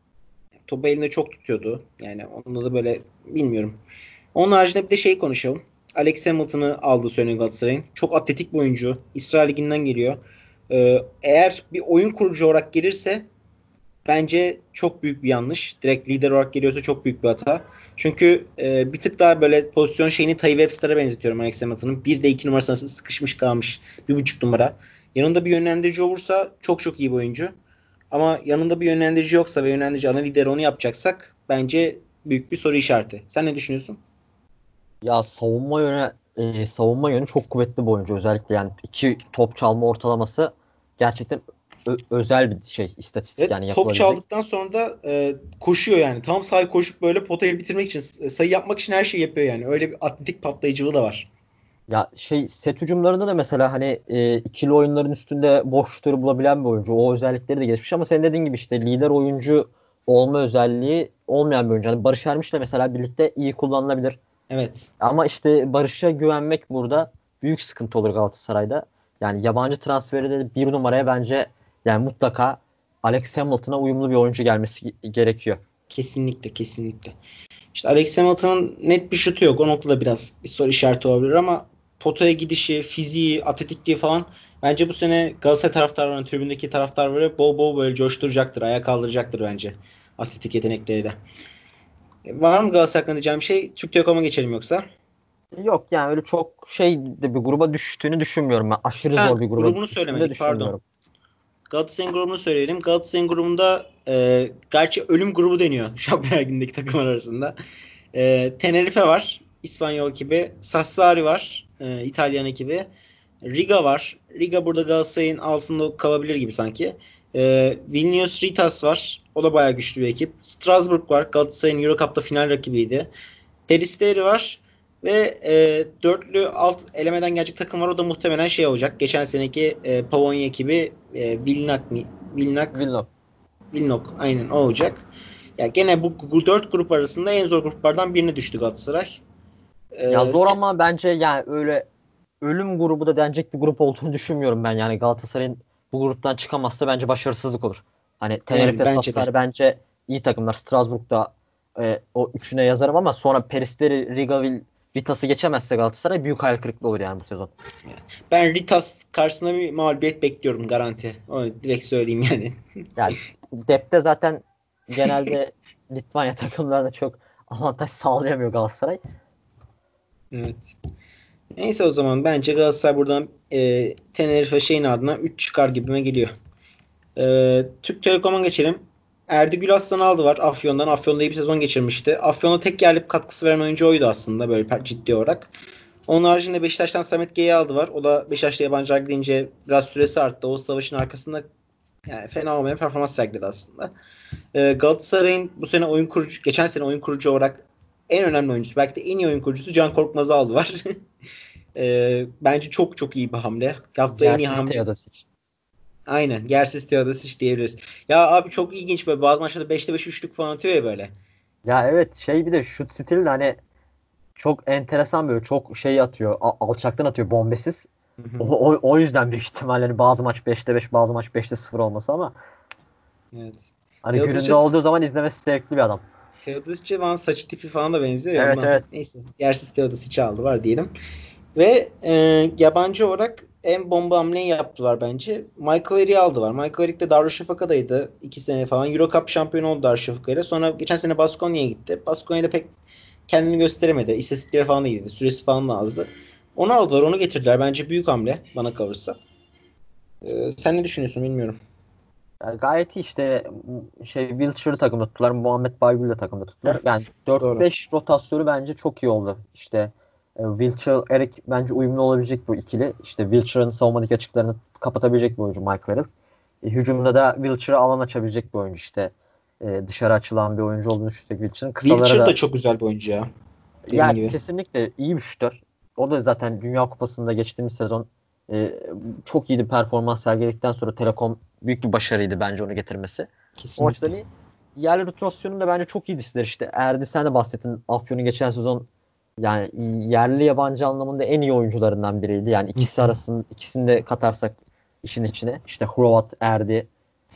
Topu elinde çok tutuyordu. Yani onunla da böyle bilmiyorum. Onun haricinde bir de şey konuşalım. Alex Hamilton'ı aldı söyleniyor Galatasaray'ın. Çok atletik bir oyuncu. İsrail Ligi'nden geliyor. Ee, eğer bir oyun kurucu olarak gelirse bence çok büyük bir yanlış. Direkt lider olarak geliyorsa çok büyük bir hata. Çünkü e, bir tık daha böyle pozisyon şeyini Tay Webster'a benzetiyorum Alex Hamilton'ın. Bir de iki numarasına sıkışmış kalmış. Bir buçuk numara. Yanında bir yönlendirici olursa çok çok iyi bir oyuncu. Ama yanında bir yönlendirici yoksa ve yönlendirici ana lider onu yapacaksak bence büyük bir soru işareti. Sen ne düşünüyorsun? Ya savunma yönü e, savunma yönü çok kuvvetli bir oyuncu. Özellikle yani iki top çalma ortalaması gerçekten ö- özel bir şey istatistik Evet, yani top yapılabilecek. çaldıktan sonra da e, koşuyor yani. Tam sahaya koşup böyle potayı bitirmek için, e, sayı yapmak için her şeyi yapıyor yani. Öyle bir atletik patlayıcılığı da var. Ya şey set hücumlarında da mesela hani e, ikili oyunların üstünde boşlukları bulabilen bir oyuncu. O özellikleri de geçmiş ama senin dediğin gibi işte lider oyuncu olma özelliği olmayan bir oyuncu. Hani Barış Ermiş'le mesela birlikte iyi kullanılabilir. Evet. Ama işte Barış'a güvenmek burada büyük sıkıntı olur Galatasaray'da. Yani yabancı transferi de bir numaraya bence yani mutlaka Alex Hamilton'a uyumlu bir oyuncu gelmesi ge- gerekiyor. Kesinlikle, kesinlikle. İşte Alex Hamilton'ın net bir şutu yok. O noktada biraz bir soru işareti olabilir ama potaya gidişi, fiziği, atletikliği falan bence bu sene Galatasaray taraftarlarının tribündeki taraftarları bol bol böyle coşturacaktır. Ayağa kaldıracaktır bence. Atletik yetenekleriyle. E, Var mı Galatasaray hakkında diyeceğim şey? Türk Telekom'a geçelim yoksa. Yok yani öyle çok şey de bir gruba düştüğünü düşünmüyorum ben. Aşırı Ha, zor bir gruba grubunu düştüğünü de söylemedik pardon. düşünmüyorum. Galatasaray'ın grubunu söyleyelim. Galatasaray'ın grubunda e, gerçi ölüm grubu deniyor Şampiyonlar Ligi'ndeki takımlar arasında. E, Tenerife var. İspanyol ekibi. Sassari var. E, İtalyan ekibi. Riga var. Riga burada Galatasaray'ın altında kalabilir gibi sanki. E, Vilnius Ritas var. O da bayağı güçlü bir ekip. Strasbourg var. Galatasaray'ın Euro Cup'ta final rakibiydi. Peristeri var. Ve e, dörtlü alt elemeden gelecek takım var. O da muhtemelen şey olacak. Geçen seneki e, Pavonya ekibi e, Vilnak mi? Vilnak Villeneuve. Vilnok aynen o olacak. Ya gene bu, bu dört grup arasında en zor gruplardan birine düştü Galatasaray. Ya E, zor te- ama bence yani öyle ölüm grubu da denecek bir grup olduğunu düşünmüyorum ben. Yani Galatasaray'ın bu gruptan çıkamazsa bence başarısızlık olur. Hani yani Tenerife, bence de. Sassari bence iyi takımlar. Strasbourg'da e, o üçüne yazarım ama sonra Peristeri, Riga, Vil- Vitas'ı geçemezse Galatasaray büyük hayal kırıklığı olur yani bu sezon. Ben Ritas karşısında bir mağlubiyet bekliyorum garanti. Onu direkt söyleyeyim yani. Yani depte zaten genelde Litvanya takımlarına çok avantaj sağlayamıyor Galatasaray. Evet. Neyse o zaman bence Galatasaray buradan e, Tenerife şeyin ardından üç çıkar gibime geliyor. E, Türk Telekom'a geçelim. Erdi Gülastan aldı var Afyon'dan. Afyon'da iyi bir sezon geçirmişti. Afyon'a tek yerli katkısı veren oyuncu oydu aslında böyle ciddi olarak. Onun haricinde Beşiktaş'tan Samet G'yi aldı var. O da Beşiktaş'ta yabancılar gidince biraz süresi arttı. O savaşın arkasında yani fena olmayan performans sergiledi aslında. Ee, Galatasaray'ın bu sene oyun kurucu, geçen sene oyun kurucu olarak en önemli oyuncusu, belki de en iyi oyun kurucusu Can Korkmaz'ı aldı var. ee, bence çok çok iyi bir hamle. Yaptığı en iyi Yersiz hamle. Teodosic. Aynen. Yersiz Teodosic diyebiliriz. Ya abi çok ilginç böyle. Bazı maçlarda beşte beş üçlük falan atıyor ya böyle. Ya evet, şey bir de şut stili de hani çok enteresan, böyle çok şey atıyor. a- alçaktan atıyor, bombesiz. Hı hı. O, o, o yüzden büyük ihtimalle hani bazı maç beşte beş, bazı maç beşte sıfır olması, ama Evet. hani gününde Teodosic olduğu zaman izlemesi zevkli bir adam. Teodosic bana saçı tipi falan da benziyor ya Evet, ondan. evet. Neyse. Yersiz Teodosic aldı var diyelim. Ve e, yabancı olarak en bomba hamleyi yaptılar bence. Michael Eric'i aldılar. Michael Eric de Darüşşafaka'daydı iki sene falan. Euro Cup şampiyonu oldu Darüşşafaka'yla. Sonra geçen sene Baskonya'ya gitti. Baskonya'da pek kendini gösteremedi. İstatistikleri falan da iyiydi. Süresi falan da azdı. Onu aldılar, onu getirdiler. Bence büyük hamle bana kalırsa. E, sen ne düşünüyorsun bilmiyorum. Yani gayet iyi işte, şey Wilshire'ı takımda tuttular. Muhammed Baygül'ü de takımda Heh, tuttular. Yani dört doğru. beş rotasyonu bence çok iyi oldu. İşte e, Wilshere, Eric bence uyumlu olabilecek bu ikili. İşte Wilshire'ın savunmadaki açıklarını kapatabilecek bir oyuncu Michael Eric. E, hücumda da Wilshire'a alan açabilecek bir oyuncu işte. E, dışarı açılan bir oyuncu olduğunu düşünsek Wilshire'ın. Kısaları Wilshere da da çok güzel bir oyuncu ya. Dediğin ya gibi. kesinlikle iyi bir şutör. O da zaten Dünya Kupası'nda geçtiğimiz sezon e, çok iyi bir performans sergiledikten sonra Telekom büyük bir başarıydı bence onu getirmesi. O açıdan Kesinlikle. iyi. Yerli rotasyonu da bence çok iyi dizdiler işte. Erdi, sen de bahsettin. Afyon'un geçen sezon yani yerli yabancı anlamında en iyi oyuncularından biriydi. Yani Hı ikisi hı. arasında, ikisini de katarsak işin içine. İşte Hrovat, Erdi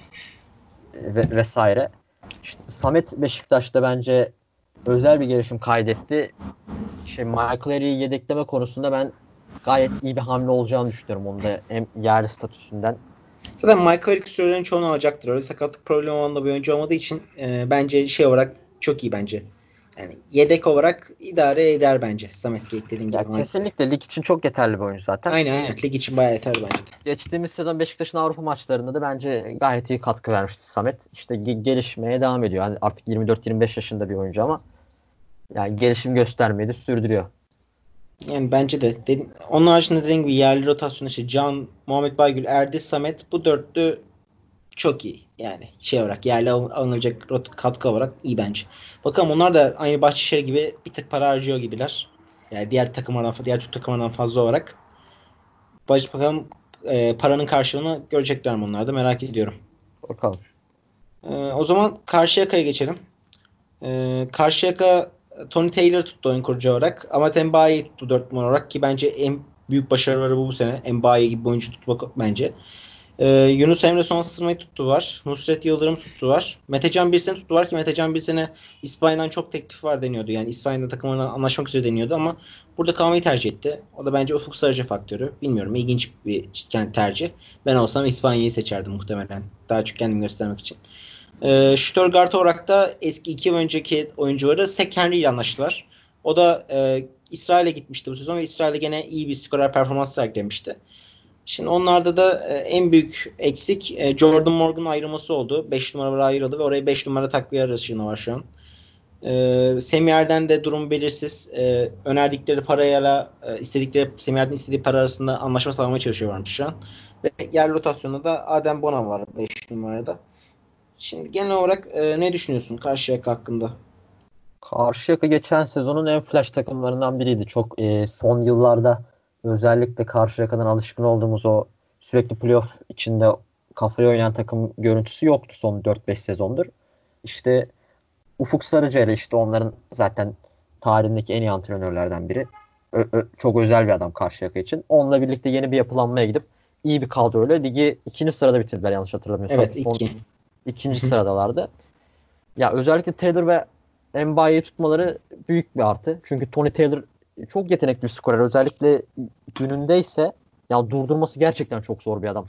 e, ve vesaire. İşte Samet Beşiktaş'ta bence özel bir gelişim kaydetti. Şey Michael Eric'i yedekleme konusunda ben gayet iyi bir hamle olacağını düşünüyorum, onu da hem yerli statüsünden. Zaten Michael Eric sürelerin çoğunu alacaktır. Öyle sakatlık problemi olan da bir oyuncu olmadığı için e, bence şey olarak çok iyi bence. Yani yedek olarak idare eder bence. Samet Geyik dediğin gibi Ya Michael Eric. kesinlikle lig için çok yeterli bir oyuncu zaten. Aynen aynen. Lig için bayağı yeter bence de. Geçtiğimiz sezon Beşiktaş'ın Avrupa maçlarında da bence gayet iyi katkı vermişti Samet. İşte ge- gelişmeye devam ediyor. Yani artık yirmi dört yirmi beş yaşında bir oyuncu ama yani gelişim göstermeyi de sürdürüyor. Yani bence de. Dedi- Onun haricinde dediğim gibi yerli rotasyon işte Can, Muhammed Baygül, Erdi, Samet bu dörtlü çok iyi. Yani şey olarak yerli alın- alınacak rot- katkı olarak iyi bence. Bakalım onlar da aynı Bahçeşehir gibi bir tık para harcıyor gibiler. Yani diğer takımlardan, diğer Türk takımlardan fazla olarak. Baş- Bakalım e, paranın karşılığını görecekler mi onlar da merak ediyorum. Bakalım. E, o zaman Karşıyaka'ya geçelim. E, Karşıyaka Tony Taylor tuttu oyun kurucu olarak. Ama Mbaye'yi tuttu dört numara olarak ki bence en büyük başarıları bu bu sene. Mbaye gibi bir oyuncu tutmak bence. Ee, Yunus Emre son ısırmayı tuttu var. Nusret Yıldırım tuttu var. Metecan bir sene tuttu var ki Metecan bir sene İspanya'dan çok teklif var deniyordu. Yani İspanya'da takımlarla anlaşmak üzere deniyordu ama burada kalmayı tercih etti. O da bence Ufuk Sarıcı faktörü. Bilmiyorum, ilginç bir kendi tercih. Ben olsam İspanya'yı seçerdim muhtemelen. Daha çok kendimi göstermek için. Ee, Stuttgart olarak da eski iki yıl önceki oyuncuları Sek Henry ile anlaştılar. O da e, İsrail'e gitmişti bu sezon ve İsrail'de gene iyi bir skorer performans sergilemişti. Şimdi onlarda da e, en büyük eksik e, Jordan Morgan'ın ayrılması oldu. beş numara ayrıldı ve oraya beş numara takviye arayışında var şu an. E, Semih de durum belirsiz. E, önerdikleri parayla e, istedikleri Semih Erden'in istediği para arasında anlaşma sağlamaya çalışıyorlarmış şu an. Ve yer rotasyonunda da Adem Bona var beş numarada. Şimdi genel olarak e, ne düşünüyorsun Karşıyaka hakkında? Karşıyaka geçen sezonun en flash takımlarından biriydi. Çok e, son yıllarda özellikle Karşıyaka'dan alışkın olduğumuz o sürekli playoff içinde kafaya oynayan takım görüntüsü yoktu son dört beş sezondur. İşte Ufuk Sarıcı'yla işte onların zaten tarihindeki en iyi antrenörlerden biri. Ö- ö- çok özel bir adam Karşıyaka için. Onunla birlikte yeni bir yapılanmaya gidip iyi bir kadroyla ligi ikinci sırada bitirdiler yanlış hatırlamıyorsam. Evet, Son iki. ikinci sıradalardı. Ya özellikle Taylor ve Mbaye'yi tutmaları büyük bir artı. Çünkü Tony Taylor çok yetenekli bir skorer. Özellikle günündeyse ya durdurması gerçekten çok zor bir adam.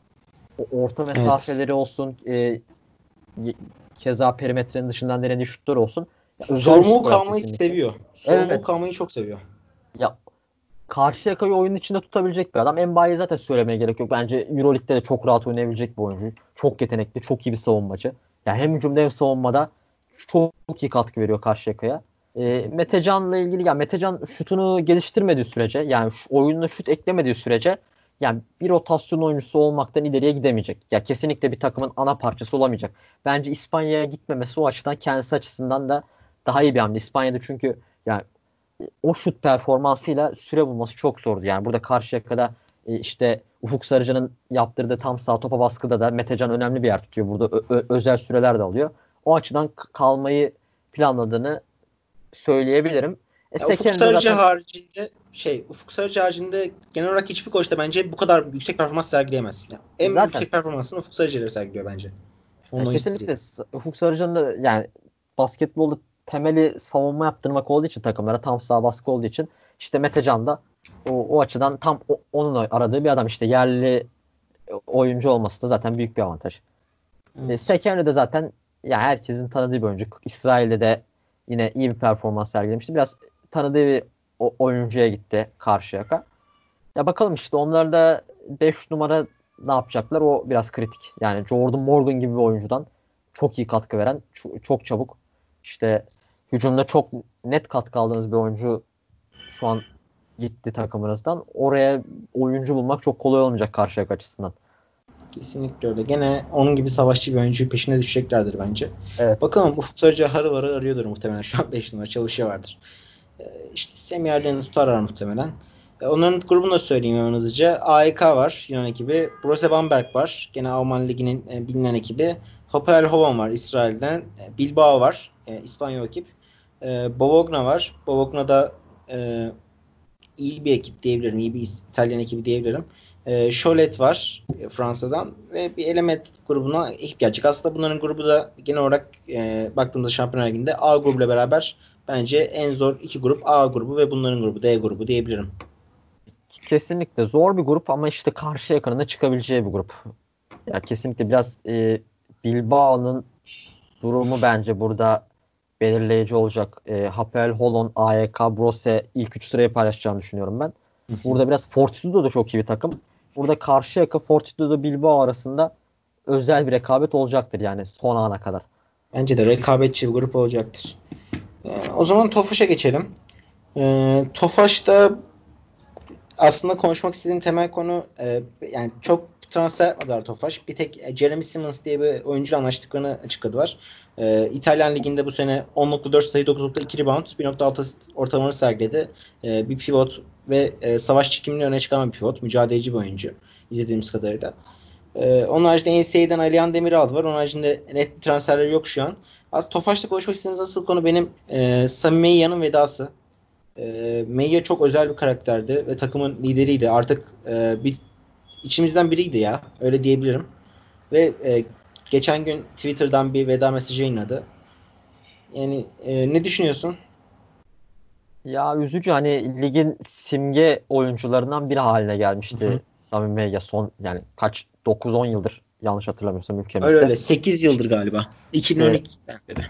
O orta Evet. mesafeleri olsun, e, keza perimetrenin dışından denediği şutlar olsun. Ya özel bir Sorumluluk skorer almayı kesinlikle. seviyor. Evet. Sorumluluk almayı çok seviyor. Ya Karşıyaka'yı oyunun içinde tutabilecek bir adam. Mbaye'yi zaten söylemeye gerek yok. Bence Euroleague'de de çok rahat oynayabilecek bir oyuncu. Çok yetenekli, çok iyi bir savunmacı. Yani hem hücumda hem savunmada çok iyi katkı veriyor Karşıyaka'ya. E, Metecan'la ilgili, yani Metecan şutunu geliştirmediği sürece, yani şu oyununa şut eklemediği sürece yani bir rotasyon oyuncusu olmaktan ileriye gidemeyecek. Ya kesinlikle bir takımın ana parçası olamayacak. Bence İspanya'ya gitmemesi o açıdan kendisi açısından da daha iyi bir hamle. İspanya'da çünkü yani o şut performansıyla süre bulması çok zordu. Yani burada Karşıyaka'da e, işte Ufuk Sarıcan'ın yaptırdığı tam sağ topa baskıda da Metecan önemli bir yer tutuyor. Burada ö- ö- özel süreler de alıyor. O açıdan k- kalmayı planladığını söyleyebilirim. E, Ya Ufuk Seken'in de Sarıcı zaten haricinde şey Ufuk Sarıcı haricinde genel olarak hiçbir koçta bence bu kadar yüksek performans sergileyemez. Yani en zaten yüksek performansını Ufuk Sarıcı sergiliyor bence. yani Onun o kesinlikle istiliyle. S- Ufuk Sarıcan'ın da yani basketbolda temeli savunma yaptırmak olduğu için takımlara tam sağ baskı olduğu için işte Metecan da o, o açıdan tam o- onun aradığı bir adam, işte yerli oyuncu olması da zaten büyük bir avantaj. E, Evet. Seken'le de zaten ya herkesin tanıdığı bir oyuncu. İsrail'de de yine iyi bir performans sergilemişti. Biraz tanıdığı bir o- oyuncuya gitti Karşıyaka. Ya bakalım işte onlar da beş numara ne yapacaklar, o biraz kritik. Yani Jordan Morgan gibi bir oyuncudan çok iyi katkı veren, ço- çok çabuk, işte hücumda çok net katkı aldığınız bir oyuncu şu an gitti takımınızdan. Oraya oyuncu bulmak çok kolay olmayacak Karşıyaka açısından. Kesinlikle öyle. Gene onun gibi savaşçı bir oyuncu peşine düşeceklerdir bence. Evet. Bakalım Ufuk Sarıcı harı varı arıyordur muhtemelen. Şu an beş numara çalışıyor vardır. Ee, işte Semih Erden'i tutarlar muhtemelen. Ee, onların grubunu da söyleyeyim hemen hızlıca. A E K var Yunan ekibi. Brose Bamberg var. Gene Alman Ligi'nin e, bilinen ekibi. Hapoel var İsrail'den. E, Bilbao var. E, İspanyol ekip. E, Bologna var. Bologna da e, iyi bir ekip diyebilirim. İyi bir İtalyan ekibi diyebilirim. E, Cholet var e, Fransa'dan ve bir element grubuna ihtiyaç. Aslında bunların grubu da genel olarak e, baktığımızda Şampiyonlar Ligi'nde A grubuyla beraber bence en zor iki grup A grubu ve bunların grubu D grubu diyebilirim. Kesinlikle zor bir grup ama işte karşı yakınına çıkabileceği bir grup. Ya kesinlikle biraz e, Bilbao'nun durumu bence burada belirleyici olacak. E, Hapoel Holon, A Y K, Brose ilk üç sırayı paylaşacağını düşünüyorum ben. Hı hı. Burada biraz Fortitudo da çok iyi bir takım. Burada Karşıyaka, Fortitudo, Bilbao arasında özel bir rekabet olacaktır yani son ana kadar. Bence de rekabetçi bir grup olacaktır. E, o zaman Tofaş'a geçelim. E, Tofaş'ta aslında konuşmak istediğim temel konu e, yani çok transfer yapmadılar Tofaş. Bir tek e, Jeremy Simmons diye bir oyuncu anlaştıklarını açıkladılar. E, İtalyan Ligi'nde bu sene on nokta dört sayı, dokuz nokta iki rebound, bir nokta altı ortalamaları sergiledi. E, bir pivot ve e, savaşçı kimliği öne çıkan bir pivot. Mücadeleci bir oyuncu izlediğimiz kadarıyla. E, onun haricinde N C A A'den Alihan Demir'i aldılar. Onun haricinde net bir transferleri yok şu an. Aslında Tofaş'ta konuşmak istediğimiz asıl konu benim e, Sami Meyya'nın vedası. E, Meyye çok özel bir karakterdi ve takımın lideriydi. Artık e, bir içimizden biriydi ya. Öyle diyebilirim. Ve e, geçen gün Twitter'dan bir veda mesajı yayınladı. Yani e, ne düşünüyorsun? Ya üzücü, hani ligin simge oyuncularından biri haline Hı hı. gelmişti Sami Meyye son yani kaç dokuz on yıldır yanlış hatırlamıyorsam Öyle ülkemizde. öyle. sekiz yıldır galiba. İşte iki bin on ikiden beri.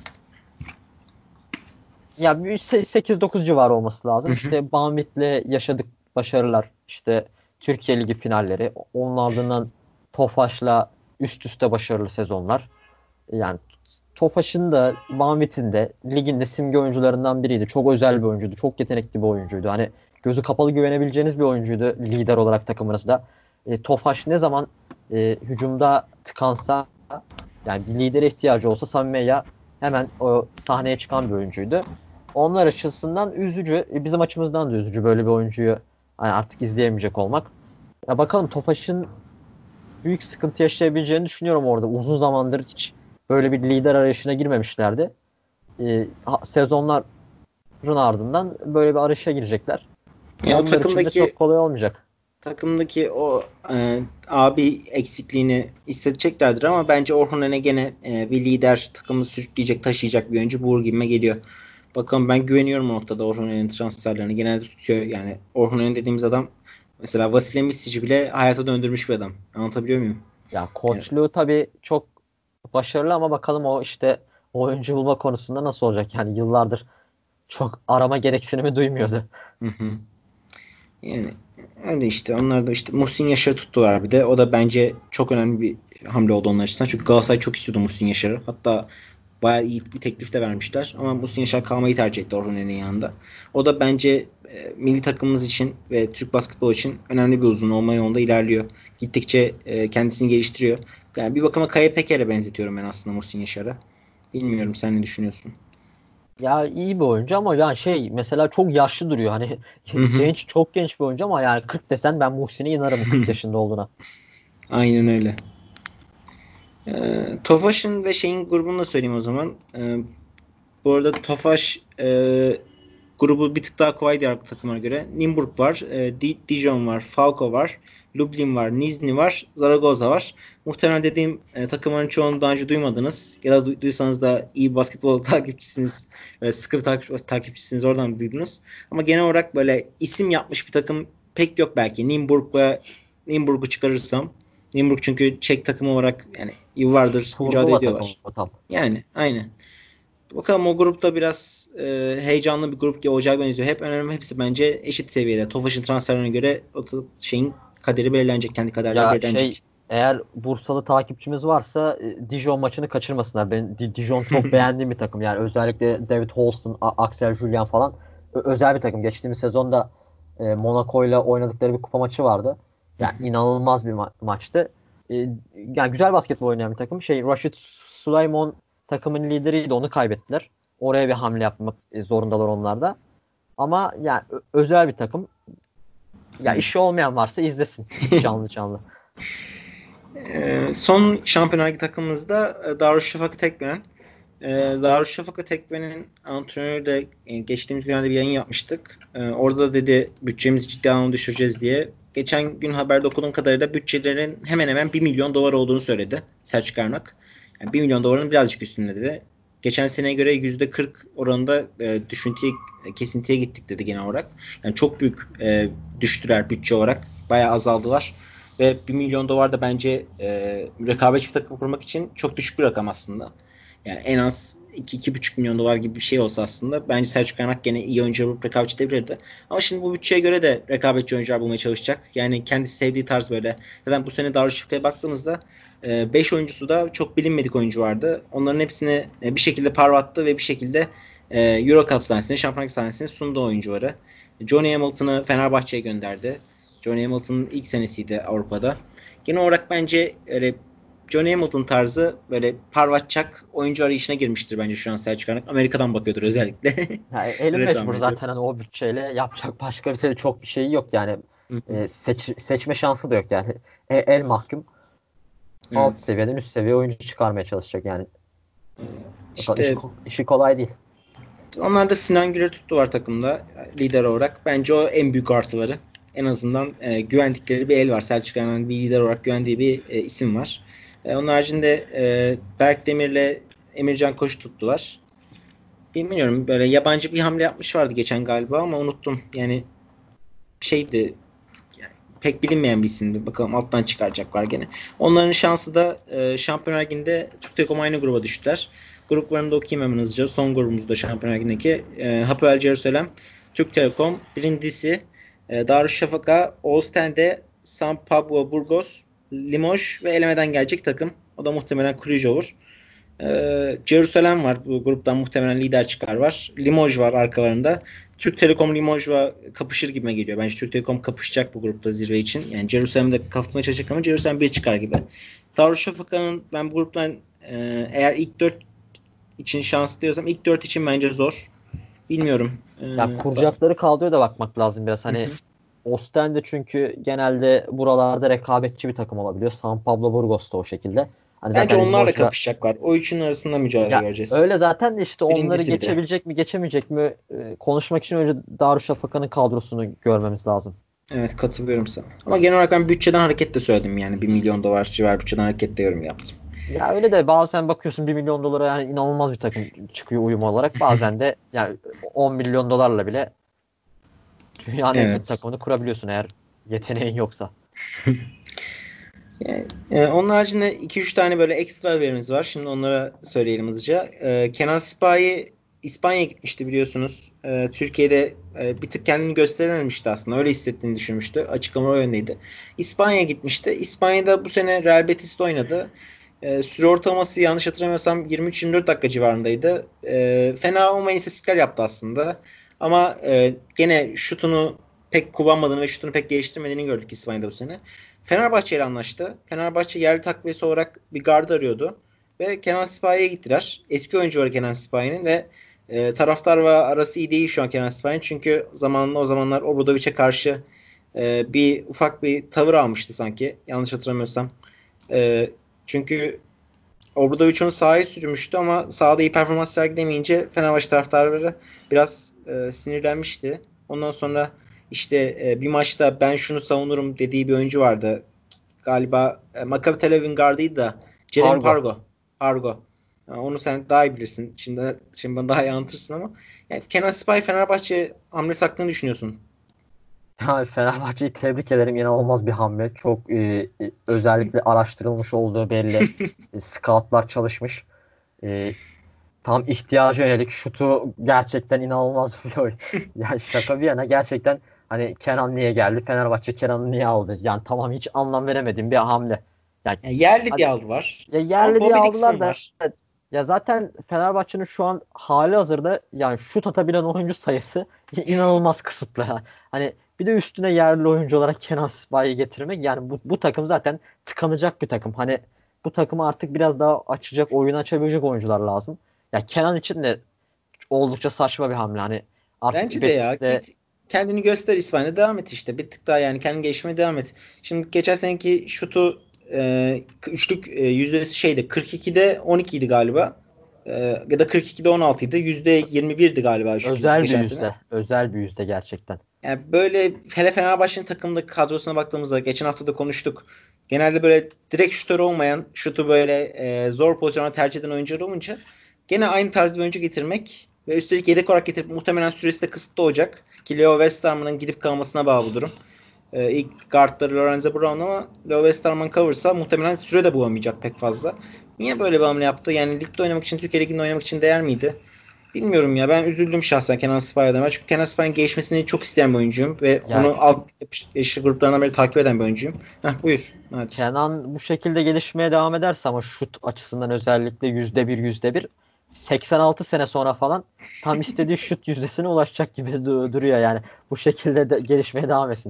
ya bir sekiz dokuz civarı olması Hı lazım. hı. İşte Banvit'le yaşadık başarılar. İşte Türkiye Ligi finalleri. Onun ardından Tofaş'la üst üste başarılı sezonlar. Yani Tofaş'ın da Banvit'in de ligin de simge oyuncularından biriydi. Çok özel bir oyuncuydu. Çok yetenekli bir oyuncuydu. Hani gözü kapalı güvenebileceğiniz bir oyuncuydu lider olarak takımınızda. E, Tofaş ne zaman e, hücumda tıkansa, yani bir lidere ihtiyacı olsa Sami Meyya hemen o sahneye çıkan bir oyuncuydu. Onlar açısından üzücü. E, bizim açımızdan da üzücü böyle bir oyuncuyu hani artık izleyemeyecek olmak. Ya bakalım, Tofaş'ın büyük sıkıntı yaşayabileceğini düşünüyorum orada. Uzun zamandır hiç böyle bir lider arayışına girmemişlerdi. E, sezonların ardından böyle bir arayışa girecekler. Ya o Onlar için de çok takımdaki kolay olmayacak. takımdaki o e, abi eksikliğini hissedeceklerdir ama bence Orhun Ön'e gene e, bir lider, takımı sürükleyecek, taşıyacak bir oyuncu bulur gibime geliyor. Bakalım, ben güveniyorum o noktada Orhun Ön'ün transferlerini. Genelde tutuyor yani. Orhun Ön dediğimiz adam mesela Vasile Misic'i bile hayata döndürmüş bir adam. Anlatabiliyor muyum? Ya Yani, koçluğu tabii çok başarılı ama bakalım o işte oyuncu bulma konusunda nasıl olacak? Yani yıllardır çok arama gereksinimi duymuyordu. hı hı. Yani öyle işte. Onlar da işte Muhsin Yaşar'ı tuttular bir de. O da bence çok önemli bir hamle oldu onlar açısından. Çünkü Galatasaray çok istiyordu Muhsin Yaşar'ı. Hatta bayağı iyi bir teklif de vermişler. Ama Muhsin Yaşar kalmayı tercih etti Orhun Eren'in yanında. O da bence e, milli takımımız için ve Türk basketbolu için önemli bir uzun olma yolunda ilerliyor. Gittikçe e, kendisini geliştiriyor. Yani bir bakıma Kaya Peker'e benzetiyorum ben aslında Muhsin Yaşar'a. Bilmiyorum, sen ne düşünüyorsun? Ya iyi bir oyuncu ama yani şey mesela çok yaşlı duruyor. Hani Hı hı. genç çok genç bir oyuncu ama yani kırk desen ben Muhsin'e inanırım kırk yaşında olduğuna. Aynen öyle. Ee, Tofaş'ın ve şeyin grubunu da söyleyeyim o zaman. Ee, bu arada Tofaş e, grubu bir tık daha kolay diğer takımlara göre. Nimburg var, e, Dijon var, Falco var, Lublin var, Nizhny var, Zaragoza var. Muhtemelen dediğim e, takımların çoğunu daha önce duymadınız. Ya da duysanız da iyi basketbol takipçisiniz, ve sıkı bir takip, takipçisiniz, oradan duydunuz. Ama genel olarak böyle isim yapmış bir takım pek yok belki. Nimburg'la Nimburg'u çıkarırsam. Nimburg çünkü Çek takımı olarak yani yıllardır mücadele Turnuva takımı ediyorlar. tam. Yani aynen. Bakalım, o grupta biraz e, heyecanlı bir grup gibi olacağı benziyor. Hep önemli, hepsi bence eşit seviyede. Tofaş'ın transferlerine göre o şeyin kaderi belirlenecek. Kendi kaderleri Ya şey belirlenecek. eğer Bursalı takipçimiz varsa e, Dijon maçını kaçırmasınlar. Ben Di- Dijon çok beğendiğim bir takım. Yani özellikle David Holston, A- Axel Julian falan Ö- özel bir takım. Geçtiğimiz sezonda e, Monaco ile oynadıkları bir kupa maçı vardı. Yani inanılmaz bir ma- maçtı. E, yani güzel basketbol oynayan bir takım. Şey Rashid Sulaymon takımın lideriydi. Onu kaybettiler. Oraya bir hamle yapmak e, zorundalar onlar da. Ama yani ö- özel bir takım. Ya işi Evet. olmayan varsa izlesin canlı canlı. E, son Şampiyonlar Ligi takımımızda e, Darüşşafaka Tekmen. E, Darüşşafaka Tekmen'in antrenörü de e, geçtiğimiz günlerde bir yayın yapmıştık. E, orada da dedi bütçemizi ciddi anlamda düşüreceğiz diye. Geçen gün haberde okuduğum kadarıyla bütçelerin hemen hemen bir milyon dolar olduğunu söyledi Selçuk Ernak. Yani bir milyon doların birazcık üstünde dedi. Geçen seneye göre yüzde kırk oranında e, düşüntüye, kesintiye gittik dedi genel olarak. Yani çok büyük e, düştüler bütçe olarak. Bayağı azaldılar. Ve bir milyon dolar da bence e, rekabetçi bir takım kurmak için çok düşük bir rakam aslında. Yani en az iki iki buçuk milyon dolar gibi bir şey olsa aslında bence Selçuk Kaynak gene iyi oyuncular bulup rekabetçi edebilirdi. Ama şimdi bu bütçeye göre de rekabetçi oyuncular bulmaya çalışacak. Yani kendisi sevdiği tarz böyle. Zaten bu sene Darüşşafaka'ya baktığımızda beş oyuncusu da çok bilinmedik oyuncu vardı. Onların hepsini e, bir şekilde parlattı ve bir şekilde e, Euro Cup sahnesine, Şampiyonlar Ligi sahnesine sundu oyuncuları. Johnny Hamilton'ı Fenerbahçe'ye gönderdi. Johnny Hamilton'ın ilk senesiydi Avrupa'da. Genel olarak bence öyle Johnny Hamilton tarzı böyle parlatacak oyuncu arayışına girmiştir bence şu an Selçuk Anak. Amerika'dan bakıyordur özellikle. Yani eli Öyle tahmin mecbur ediyorum. zaten hani o bütçeyle yapacak başka bir şey çok bir şey yok yani. Hı hı. E, seç, seçme şansı da yok yani. E, el mahkum alt Evet. seviyeden üst seviye oyuncu çıkarmaya çalışacak yani. Bakalım işi, İşte ko- işi kolay değil. onlar da Sinan Güler tuttular takımda lider olarak. Bence o en büyük artıları. En azından e, güvendikleri bir el var. Selçuk Ayan'ın bir lider olarak güvendiği bir e, isim var. E, onun haricinde e, Berk Demir'le Emircan Koç tuttular. Bilmiyorum, böyle yabancı bir hamle yapmış vardı geçen galiba ama unuttum. Yani şeydi, pek bilinmeyen bir isimdi. Bakalım alttan çıkaracaklar gene. Onların şansı da e, Şampiyonlar Ligi'nde Türk Telekom aynı gruba düştüler. Gruplarını da okuyayım hemen hızlıca. Son grubumuzda Şampiyonlar Ligi'ndeki e, Hapoel Jerusalem, Türk Telekom, Brindisi, e, Darüşşafaka, Olstende, San Pablo Burgos, Limoges ve elemeden gelecek takım. O da muhtemelen Cluj olur. Ee, Jerusalem var. Bu gruptan muhtemelen lider çıkar var. Limoges var arkalarında. Türk Telekom Limoj'la kapışır gibime geliyor. Bence Türk Telekom kapışacak bu grupta zirve için. Yani Jerusalem'de kapatmaya çalışacak ama Jerusalem bir çıkar gibi. Darüşşafaka'nın ben bu gruptan e, eğer ilk dört için şanslı diyorsam ilk dört için bence zor. Bilmiyorum. Ee, Ya bak. kuracakları kadroya da bakmak lazım biraz. Hı Hani hı. Ostende çünkü genelde buralarda rekabetçi bir takım olabiliyor. San Pablo Burgos da o şekilde. Hani Bence zaten onlarla Limoges'la kapışacaklar. O üçünün arasında mücadele ya göreceğiz. öyle zaten de işte onları Birincisi bir de. geçebilecek mi geçemeyecek mi e, konuşmak için önce Darüşşafaka'nın kadrosunu görmemiz lazım. Evet, katılıyorum sana. Ama genel olarak ben bütçeden hareket de söyledim yani. Bir milyon dolar civar bütçeden hareket de yorum yaptım. Ya öyle de bazen bakıyorsun bir milyon dolara yani inanılmaz bir takım çıkıyor uyum olarak. Bazen de yani on milyon dolarla bile dünyanın en kötü Evet. takımını kurabiliyorsun eğer yeteneğin yoksa. Yani, e, onun haricinde iki üç tane böyle ekstra haberimiz var. Şimdi onlara söyleyelim hızlıca. E, Kenan Sipahi İspanya'ya gitmişti biliyorsunuz. E, Türkiye'de e, bir tık kendini gösterememişti aslında. Öyle hissettiğini düşünmüştü. Açıklama o yöndeydi. İspanya'ya gitmişti. İspanya'da bu sene Real Betis'te oynadı. E, süre ortalaması yanlış hatırlamıyorsam yirmi üç yirmi dört dakika civarındaydı. E, fena olmayan istatistikler yaptı aslında. Ama e, gene şutunu pek kullanmadığını ve şutunu pek geliştirmediğini gördük İspanya'da bu sene. Fenerbahçe ile anlaştı. Fenerbahçe yerli takviyesi olarak bir gardı arıyordu. Ve Kenan Sipahi'ye gittiler. Eski oyuncu var Kenan Sipahi'nin ve e, taraftar ve arası iyi değil şu an Kenan Sipahi'nin. Çünkü zamanında o zamanlar Obradovic'e karşı e, bir ufak bir tavır almıştı sanki. Yanlış hatırlamıyorsam. E, çünkü Obradovic onu sahaya sürmüştü ama sahada iyi performans sergilemeyince Fenerbahçe taraftarları biraz e, sinirlenmişti. Ondan sonra işte e, bir maçta ben şunu savunurum dediği bir oyuncu vardı. Galiba e, Maccabi Tel Aviv'in gardıydı da Jeremy Pargo. Pargo. Yani onu sen daha iyi bilirsin. Şimdi, şimdi bana daha iyi anlatırsın ama. Yani Kenan Sipahi Fenerbahçe hamlesi hakkında düşünüyorsun. Ya Fenerbahçe'yi tebrik ederim. İnanılmaz bir hamle. Çok e, e, özellikle araştırılmış olduğu belli. E, scoutlar çalışmış. E, tam ihtiyaca yönelik şutu gerçekten inanılmaz bir oyun. Yani şaka bir yana gerçekten hani Kenan niye geldi? Fenerbahçe Kenan'ı niye aldı? Yani tamam hiç anlam veremediğim bir hamle. Yani, yani yerli hani, diye aldılar. ya yerli diye aldılar da var. ya zaten Fenerbahçe'nin şu an hali hazırda yani şut atabilen oyuncu sayısı inanılmaz kısıtlı. Yani. Hani bir de üstüne yerli oyuncu olarak Kenan Sipahi'yi getirmek yani bu, bu takım zaten tıkanacak bir takım. Hani bu takımı artık biraz daha açacak, oyunu açabilecek oyuncular lazım. Ya Kenan için de oldukça saçma bir hamle. Hani artık Bence de ya. Betis'te Git kendini göster İspanya'da devam et işte. Bir tık daha yani kendini gelişmeye devam et. Şimdi geçen seneki şutu e, üçlük e, yüzdesi şeydi. kırk ikide on iki idi galiba. E, ya da kırk ikide on altı idi. yüzde yirmi birdi galiba şut yüzdesi özel bir geçen sene. yüzde. Özel bir yüzde gerçekten. Yani böyle hele Fenerbahçe'nin takımdaki kadrosuna baktığımızda geçen hafta da konuştuk. Genelde böyle direkt şutör olmayan, şutu böyle e, zor pozisyona tercih eden oyuncular olunca gene aynı tarz bir oyuncu getirmek ve üstelik yedek olarak getirip muhtemelen süresi de kısıtlı olacak. Ki Leo Westerman'ın gidip kalmasına bağlı bu durum. E, ilk guardları Lorenzo Brown ama Leo Westerman kalırsa muhtemelen süre de bulamayacak pek fazla. Niye böyle bir hamle yaptı? Yani ligde oynamak için, Türkiye Ligi'nde oynamak için değer miydi? Bilmiyorum ya. Ben üzüldüm şahsen Kenan Sipahi'den. Ben çünkü Kenan Sipahi'nin gelişmesini çok isteyen bir oyuncuyum. Ve Yani onu alt yaşı gruplarından beri takip eden bir oyuncuyum. Heh, buyur. Hadi. Kenan bu şekilde gelişmeye devam ederse ama şut açısından özellikle yüzde bir yüzde bir seksen altı sene sonra falan tam istediği şut yüzdesine ulaşacak gibi du- duruyor yani. Bu şekilde de gelişmeye devam etsin.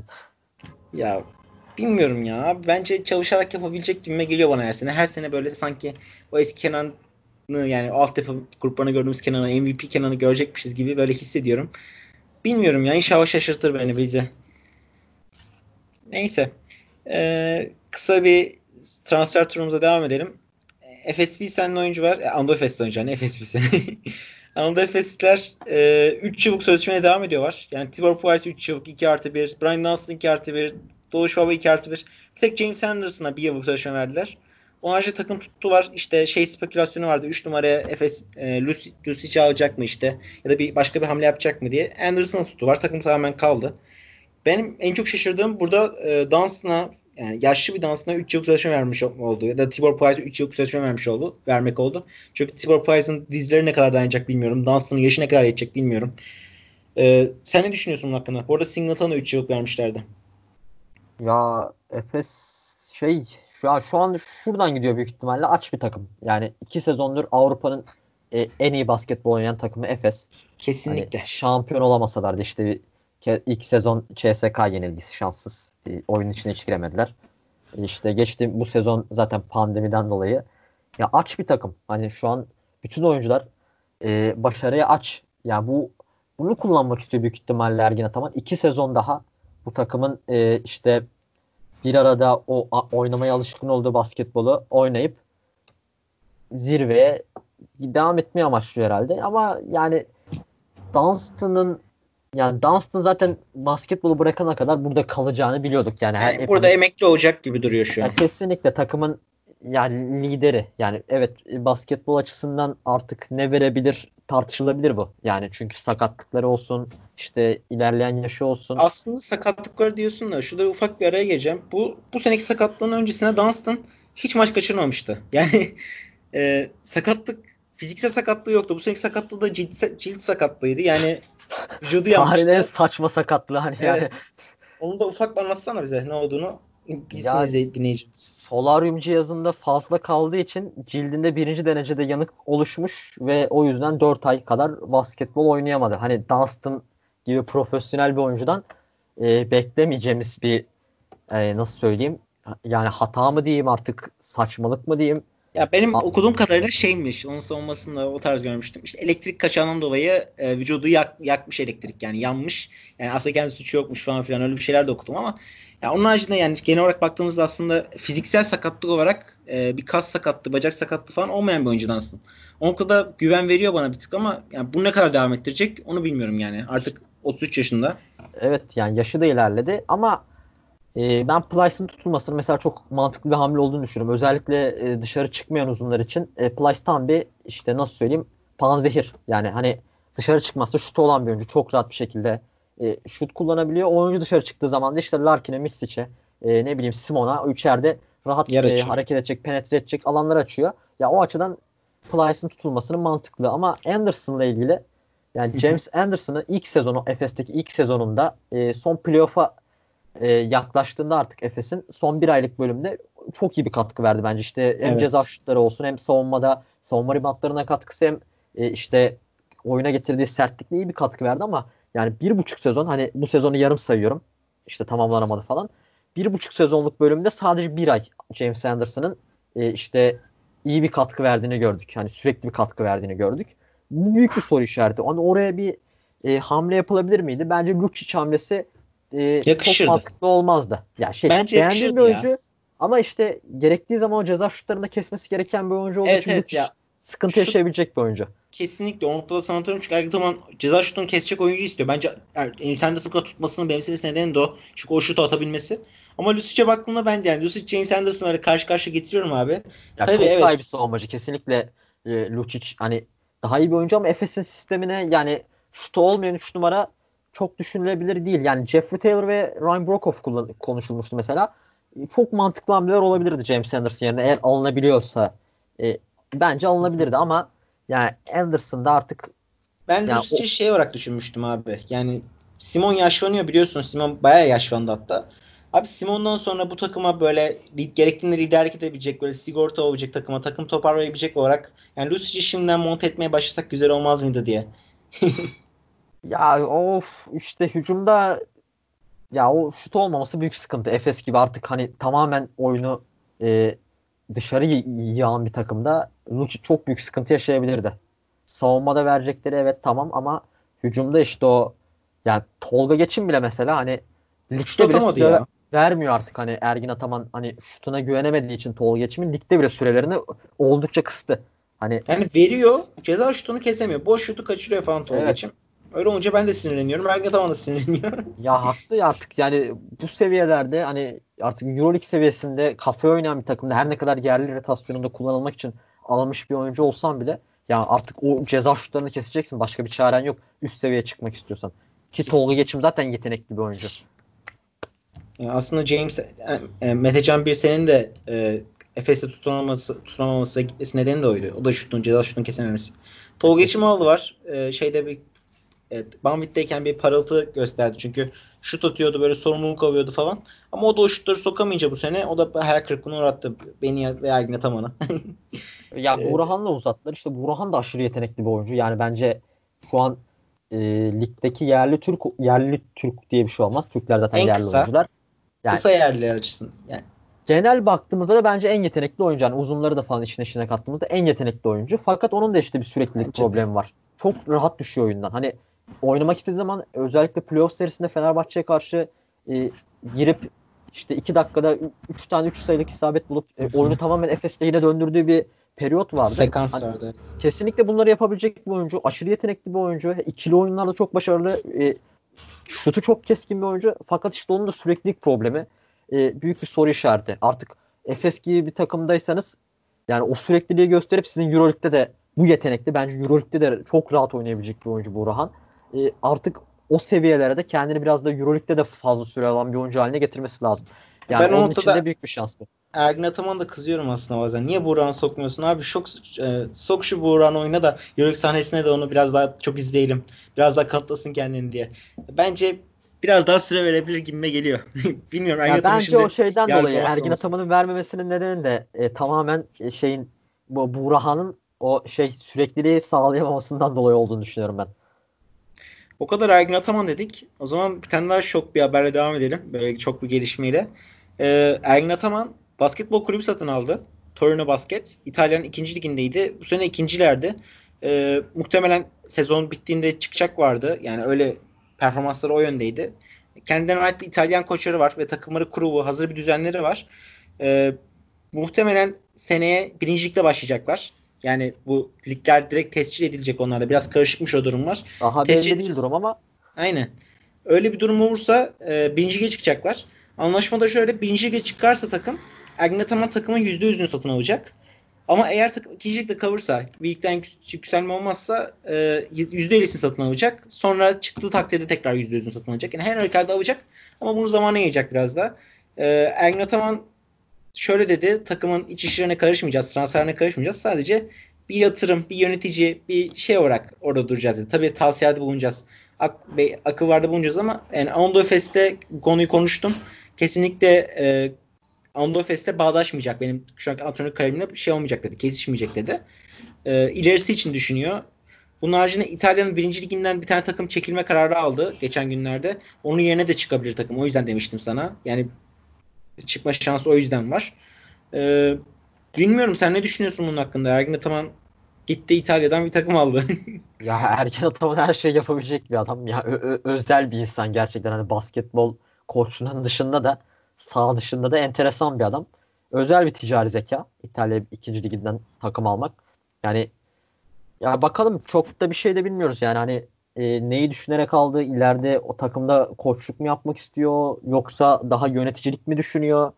Ya bilmiyorum ya. Bence çalışarak yapabilecek gibime geliyor bana her sene. Her sene böyle sanki o eski Kenan'ı yani altyapı gruplarına gördüğümüz Kenan'ı, M V P Kenan'ı görecekmişiz gibi böyle hissediyorum. Bilmiyorum ya. İnşallah şaşırtır beni bize. Neyse. Ee, kısa bir transfer turumuza devam edelim. Efes Pilsen'in oyuncu var. E, Anadolu Efes'te oyuncu. Yani Efes Pilsen. Anadolu Efesliler e, üç yıllık sözleşmeye devam ediyorlar. Yani Tibor Plyce üç yıllık iki artı bir. Brian Dunstan iki artı bir. Doğuş Baba iki artı bir. Bir tek James Anderson'a bir yıllık sözleşme verdiler. Onun haricinde takım tuttu var. İşte şey spekülasyonu vardı. üç numaraya Efes e, Lucic alacak mı işte. Ya da bir başka bir hamle yapacak mı diye. Anderson'a tuttu var. Takım tamamen kaldı. Benim en çok şaşırdığım burada e, Dunstan'a yani yaşlı bir Dunstan'a üç yıllık sözleşme vermiş oldu. Ya da Tibor Plyce'a üç yıllık sözleşme vermiş oldu. Vermek oldu. Çünkü Tibor Plyce'ın dizleri ne kadar dayanacak bilmiyorum. Dunstan'ın yaşı ne kadar yetecek bilmiyorum. E, sen ne düşünüyorsun bunun hakkında? Bu arada Singleton'a üç yıllık vermişlerdi. Ya Efes şey şu an şu an şuradan gidiyor büyük ihtimalle aç bir takım. Yani iki sezondur Avrupa'nın e, en iyi basketbol oynayan takımı Efes. Kesinlikle. Hani şampiyon olamasalar da işte ilk sezon C S K yenilgisi şanssız. E, oyunun içine hiç giremediler. E, işte geçti bu sezon zaten pandemiden dolayı. Ya aç bir takım. Hani şu an bütün oyuncular e, başarıya aç. Yani bu bunu kullanmak istiyor büyük ihtimalle Ergin Ataman. İki sezon daha bu takımın e, işte bir arada o a, oynamaya alışkın olduğu basketbolu oynayıp zirveye devam etmeye amaçlıyor herhalde. Ama yani Dunstan'ın yani Dunstan zaten basketbolu bırakana kadar burada kalacağını biliyorduk. Yani, her, Yani burada hepimiz, emekli olacak gibi duruyor şu an. yani kesinlikle takımın yani lideri. Yani evet basketbol açısından artık ne verebilir tartışılabilir bu. Yani çünkü sakatlıkları olsun, işte ilerleyen yaşı olsun. Aslında sakatlıkları diyorsun da şurada ufak bir araya geleceğim. Bu bu seneki sakatlığın öncesine Dunstan hiç maç kaçırmamıştı. Yani e, sakatlık fiziksel sakatlığı yoktu. Bu seneki sakatlığı da cilt, cilt sakatlığıydı. Yani vücudu Tarihin en yanmıştı. saçma sakatlığı hani Evet. yani. Onu da ufak bir anlatsana bize ne olduğunu. Bilsin Ya izleyip dinleyicimiz. solaryum cihazında fazla kaldığı için cildinde birinci derecede yanık oluşmuş ve o yüzden dört ay kadar basketbol oynayamadı. Hani Dunstan gibi profesyonel bir oyuncudan e, beklemeyeceğimiz bir e, nasıl söyleyeyim, yani hata mı diyeyim artık, saçmalık mı diyeyim. Ya benim A- okuduğum kadarıyla şeymiş. Onun savunmasında o tarz görmüştüm. İşte elektrik kaçağından dolayı e, vücudu yak, yakmış elektrik. Yani yanmış. Yani aslında kendi suçu yokmuş falan filan. Öyle bir şeyler de okudum ama ya onun haricinde yani genel olarak baktığımızda aslında fiziksel sakatlık olarak e, bir kas sakatlığı, bacak sakatlığı falan olmayan bir oyuncudan aslında. O noktada güven veriyor bana bir tık ama yani bu ne kadar devam ettirecek onu bilmiyorum yani. Artık otuz üç yaşında. evet, yani yaşı da ilerledi ama e, ben Plyce'ın tutulmasının mesela çok mantıklı bir hamle olduğunu düşünüyorum. Özellikle e, dışarı çıkmayan uzunlar için e, Plyce tam bir, işte nasıl söyleyeyim, panzehir. Yani hani dışarı çıkmazsa şutu olan bir oyuncu, çok rahat bir şekilde e, şut kullanabiliyor. O oyuncu dışarı çıktığı zaman da işte Larkin'e, Mistic'e, e, ne bileyim Simon'a içeride rahat Yer e, açıyor. hareket edecek, penetre edecek alanlar açıyor. Ya o açıdan Plyce'ın tutulmasının mantıklı ama Anderson'la ilgili, yani James Anderson'ın ilk sezonu, Efes'teki ilk sezonunda e, son playoff'a e, yaklaştığında artık Efes'in son bir aylık bölümde çok iyi bir katkı verdi bence. İşte hem ceza Evet. şutları olsun, hem savunmada savunma reboundlarına katkısı, hem e, işte oyuna getirdiği sertlikle iyi bir katkı verdi ama yani bir buçuk sezon, hani bu sezonu yarım sayıyorum, işte tamamlanamadı falan. Bir buçuk sezonluk bölümde sadece bir ay James Anderson'ın e, işte iyi bir katkı verdiğini gördük. Hani sürekli bir katkı verdiğini gördük. Bu büyük bir soru işareti. Hani oraya bir e, hamle yapılabilir miydi? Bence Lucic hamlesi e, çok Yakışırdı. mantıklı olmazdı. Ya şey, Bence beğendiğim bir yakışırdı ya. oyuncu ama işte gerektiği zaman o ceza şutlarını da kesmesi gereken bir oyuncu olduğu Evet için evet Lucic ya. sıkıntı Şut yaşayabilecek bir oyuncu. Kesinlikle. O noktada sana atıyorum çünkü her zaman ceza şutunu kesecek oyuncu istiyor. Bence yani Sanders'ın bu kadar tutmasının benimsemesi nedeni de o. Çünkü o şutu atabilmesi. Ama Lucic'e baktığımda ben de yani Lucic James Anderson'ı öyle karşı karşıya getiriyorum abi. Ya Tabii çok daha evet. iyi bir savunmacı. Kesinlikle e, Lucic hani daha iyi bir oyuncu ama Efes'in sistemine yani şutu olmayan üç numara çok düşünülebilir değil. Yani Jeffrey Taylor ve Ryan Broekhoff kullan- konuşulmuştu mesela. E, Çok mantıklı hamleler olabilirdi James Anderson yerine, eğer alınabiliyorsa. E, bence alınabilirdi ama yani Anderson da artık, Ben yani o, Lucic'i şey olarak düşünmüştüm abi. Yani Simon yaşlanıyor biliyorsun. Simon bayağı yaşlandı hatta. Abi Simon'dan sonra bu takıma böyle li- gerektiğinde liderlik edebilecek, böyle sigorta olabilecek takıma, takım toparlayabilecek olarak yani Lucic'i şimdiden monte etmeye başlasak güzel olmaz mıydı diye. ya of işte hücumda, ya o şut olmaması büyük sıkıntı. Efes gibi artık hani tamamen oyunu e, dışarı y- yağan bir takımda Lucic çok büyük sıkıntı yaşayabilirdi. Savunmada verecekleri evet tamam ama hücumda işte o, yani Tolga Geçin bile mesela hani Şut ligde bile atamadı süre ver- ya. vermiyor artık, hani Ergin Ataman hani şutuna güvenemediği için Tolga Geçim'in ligde bile sürelerini oldukça kıstı. Hani Yani veriyor. Ceza şutunu kesemiyor. Boş şutu kaçırıyor falan Tolga evet. için. Öyle olunca ben de sinirleniyorum. Ergin Ataman da sinirleniyor. Ya haklı artık, yani bu seviyelerde hani artık Euroleague seviyesinde kafaya oynayan bir takımda her ne kadar yerli rotasyonunda kullanılmak için alınmış bir oyuncu olsan bile ya artık o ceza şutlarını keseceksin. Başka bir çaren yok üst seviyeye çıkmak istiyorsan. Ki Tolga Kesin. Geçim zaten yetenekli bir oyuncu. Yani aslında James e, e, Metecan bir senin de e, Efes'te tutunamaması, tutunamaması gitmesi nedeni de oydu. O da şutunu, ceza şutunu kesememesi. Tolga İçimoğlu var. E, şeyde bir evet, Banvit'teyken bir parıltı gösterdi. Çünkü şut atıyordu, böyle sorumluluk alıyordu falan. Ama o da o şutları sokamayınca bu sene o da hayal kırıklığına uğrattı beni ve Ergin Ataman'ı. Ya e, Buğrahan'la uzattılar. İşte Buğrahan da aşırı yetenekli bir oyuncu. Yani bence şu an e, ligdeki yerli Türk yerli Türk diye bir şey olmaz. Türkler zaten en yerli kısa, oyuncular. Yani kısa yerliler açısından. Yani genel baktığımızda da bence en yetenekli oyuncu. Yani uzunları da falan içine içine kattığımızda en yetenekli oyuncu. Fakat onun da işte bir süreklilik bence de. problemi var. Çok rahat düşüyor oyundan. Hani oynamak istediği zaman özellikle playoff serisinde Fenerbahçe'ye karşı e, girip işte iki dakikada üç tane üç sayılık isabet bulup Hı e, oyunu hı. tamamen Efes lehine döndürdüğü bir periyot vardı. Sekans Hani vardı. Evet. kesinlikle bunları yapabilecek bir oyuncu. Aşırı yetenekli bir oyuncu. İkili oyunlarda çok başarılı. E, şutu çok keskin bir oyuncu. Fakat işte onun da süreklilik problemi e, büyük bir soru işareti. Artık Efes gibi bir takımdaysanız yani o sürekliliği gösterip sizin Euroleague'de de bu yetenekli, bence Euroleague'de de çok rahat oynayabilecek bir oyuncu Burhan. E, artık o seviyelere de kendini biraz da Euroleague'de de fazla süre alan bir oyuncu haline getirmesi lazım. Yani Ben o onun için de noktada büyük bir şans bu. Ergin Ataman'a da kızıyorum aslında bazen. Niye Buğra'nı sokmuyorsun abi? Şok, e, sok şu Buğra'nı oyuna da Euroleague sahnesine de onu biraz daha çok izleyelim. Biraz daha kanıtlasın kendini diye. Bence biraz daha süre verebilir gibime geliyor. Bilmiyorum. Ergin Ya Ataman bence o şimdi şeyden dolayı yargılamak Ergin olmasın. Ataman'ın vermemesinin nedeni de e, tamamen e, şeyin bu Buğrahan'ın o şey sürekliliği sağlayamamasından dolayı olduğunu düşünüyorum ben. O kadar Ergin Ataman dedik. O zaman bir tane daha şok bir haberle devam edelim. Böyle çok bir gelişmeyle. Ee, Ergin Ataman basketbol kulübü satın aldı. Torino Basket. İtalya'nın ikinci ligindeydi. Bu sene ikincilerdi. Ee, muhtemelen sezon bittiğinde çıkacak vardı. Yani öyle performansları o yöndeydi. Kendilerine ait bir İtalyan koçları var ve takımları kuruvu, hazır bir düzenleri var. Ee, muhtemelen seneye birincilikte başlayacaklar. Yani bu ligler direkt tescil edilecek onlarda. Biraz karışıkmış o durumlar. Daha Tescil belli değil edilirse durum ama aynen. Öyle bir durum olursa e, birinci lige çıkacaklar. Anlaşmada şöyle birinci lige çıkarsa takım Ergin Ataman takımın yüzde yüzünü satın alacak. Ama eğer takım ikinci ligde kalırsa bir ligden yükselme olmazsa e, yüzde ellisini satın alacak. Sonra çıktığı takdirde tekrar yüzde yüzünü satın alacak. Yani her halükarda alacak ama bunu zamana yayacak biraz da. E, Ergin Ataman şöyle dedi, takımın iç işlerine karışmayacağız, transferine karışmayacağız. Sadece bir yatırım, bir yönetici, bir şey olarak orada duracağız dedi. Tabii tavsiyelerde bulunacağız. Ak, akıl vardı bulunacağız ama yani Anadolu Efes'te konuyu konuştum. Kesinlikle e, Anadolu Efes'te bağdaşmayacak. Benim şu anki antrenör kariyerimle bir şey olmayacak dedi. Kesişmeyecek dedi. E, ilerisi için düşünüyor. Bunun haricinde İtalya'nın birinci liginden bir tane takım çekilme kararı aldı geçen günlerde. Onun yerine de çıkabilir takım. O yüzden demiştim sana. Yani çıkma şansı o yüzden var. Ee, bilmiyorum sen ne düşünüyorsun bunun hakkında? Ergin Ataman gitti İtalya'dan bir takım aldı. ya Ergin Ataman her şeyi yapabilecek bir adam. Ya ö- ö- özel bir insan gerçekten, hani basketbol koçluğunun dışında da saha dışında da enteresan bir adam. Özel bir ticari zeka. İtalya ikinci liginden takım almak. Yani ya bakalım, çok da bir şey de bilmiyoruz yani hani e, neyi düşünerek aldı, ileride o takımda koçluk mu yapmak istiyor yoksa daha yöneticilik mi düşünüyor?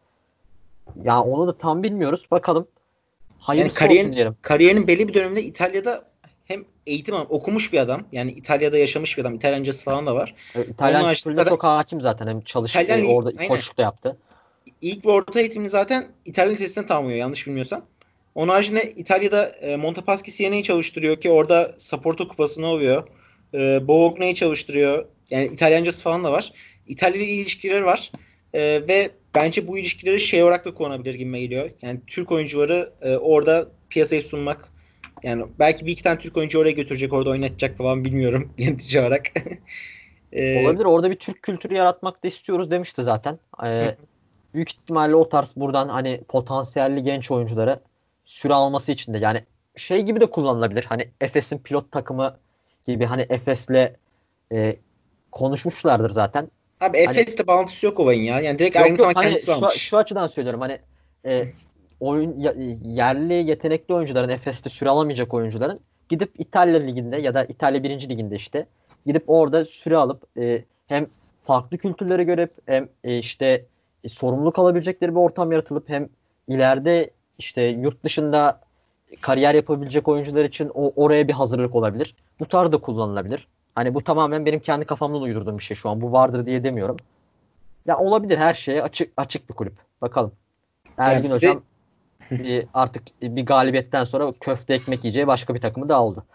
Ya onu da tam bilmiyoruz. Bakalım. Yani Hayırlısı olsun kariyerin diyelim. kariyerinin belli bir döneminde İtalya'da hem eğitim almış, okumuş bir adam. Yani İtalya'da yaşamış bir adam. İtalyancası falan da var. E, Onun İtalyan haricinde kültürüne zaten çok hakim zaten. Hem çalış İtalyan e, orada aynen koçluk da yaptı. ilk ve orta eğitimini zaten İtalyan lisesinden tamamlıyor yanlış bilmiyorsam. Onun haricinde İtalya'da e, Montepaschi Siena'yı çalıştırıyor ki orada Saporto kupasını alıyor. E, Bologna'yı çalıştırıyor. Yani İtalyancası falan da var. İtalya ile ilişkileri var. E, ve bence bu ilişkileri şey olarak da kullanabilir gibime geliyor. Yani Türk oyuncuları e, orada piyasaya sunmak. Yani belki bir iki tane Türk oyuncu oraya götürecek, orada oynatacak falan bilmiyorum yönetici olarak. e, Olabilir. Orada bir Türk kültürü yaratmak da istiyoruz demişti zaten. E, büyük ihtimalle o tarz buradan hani potansiyelli genç oyunculara süre alması için de, yani şey gibi de kullanılabilir. Hani Efes'in pilot takımı gibi, hani Efes'le e, konuşmuşlardır zaten. abi Hani Efes'te bağlantısı yok olayın ya. Yani direkt Ergin yok yok, Ataman hani kendisi şu, almış. şu açıdan söylüyorum, hani e, oyun ya- yerli yetenekli oyuncuların, Efes'te süre alamayacak oyuncuların gidip İtalya liginde ya da İtalya birinci liginde işte gidip orada süre alıp e, hem farklı kültürleri görüp hem e, işte e, sorumluluk alabilecekleri bir ortam yaratılıp hem ileride işte yurt dışında kariyer yapabilecek oyuncular için o oraya bir hazırlık olabilir. Bu tarz da kullanılabilir. Hani bu tamamen benim kendi kafamdan uydurduğum bir şey şu an. Bu vardır diye demiyorum. Ya olabilir, her şeye açık açık bir kulüp. Bakalım. Yani Ergin bir de hocam bir, artık bir galibiyetten sonra köfte ekmek yiyeceği başka bir takımı daha oldu.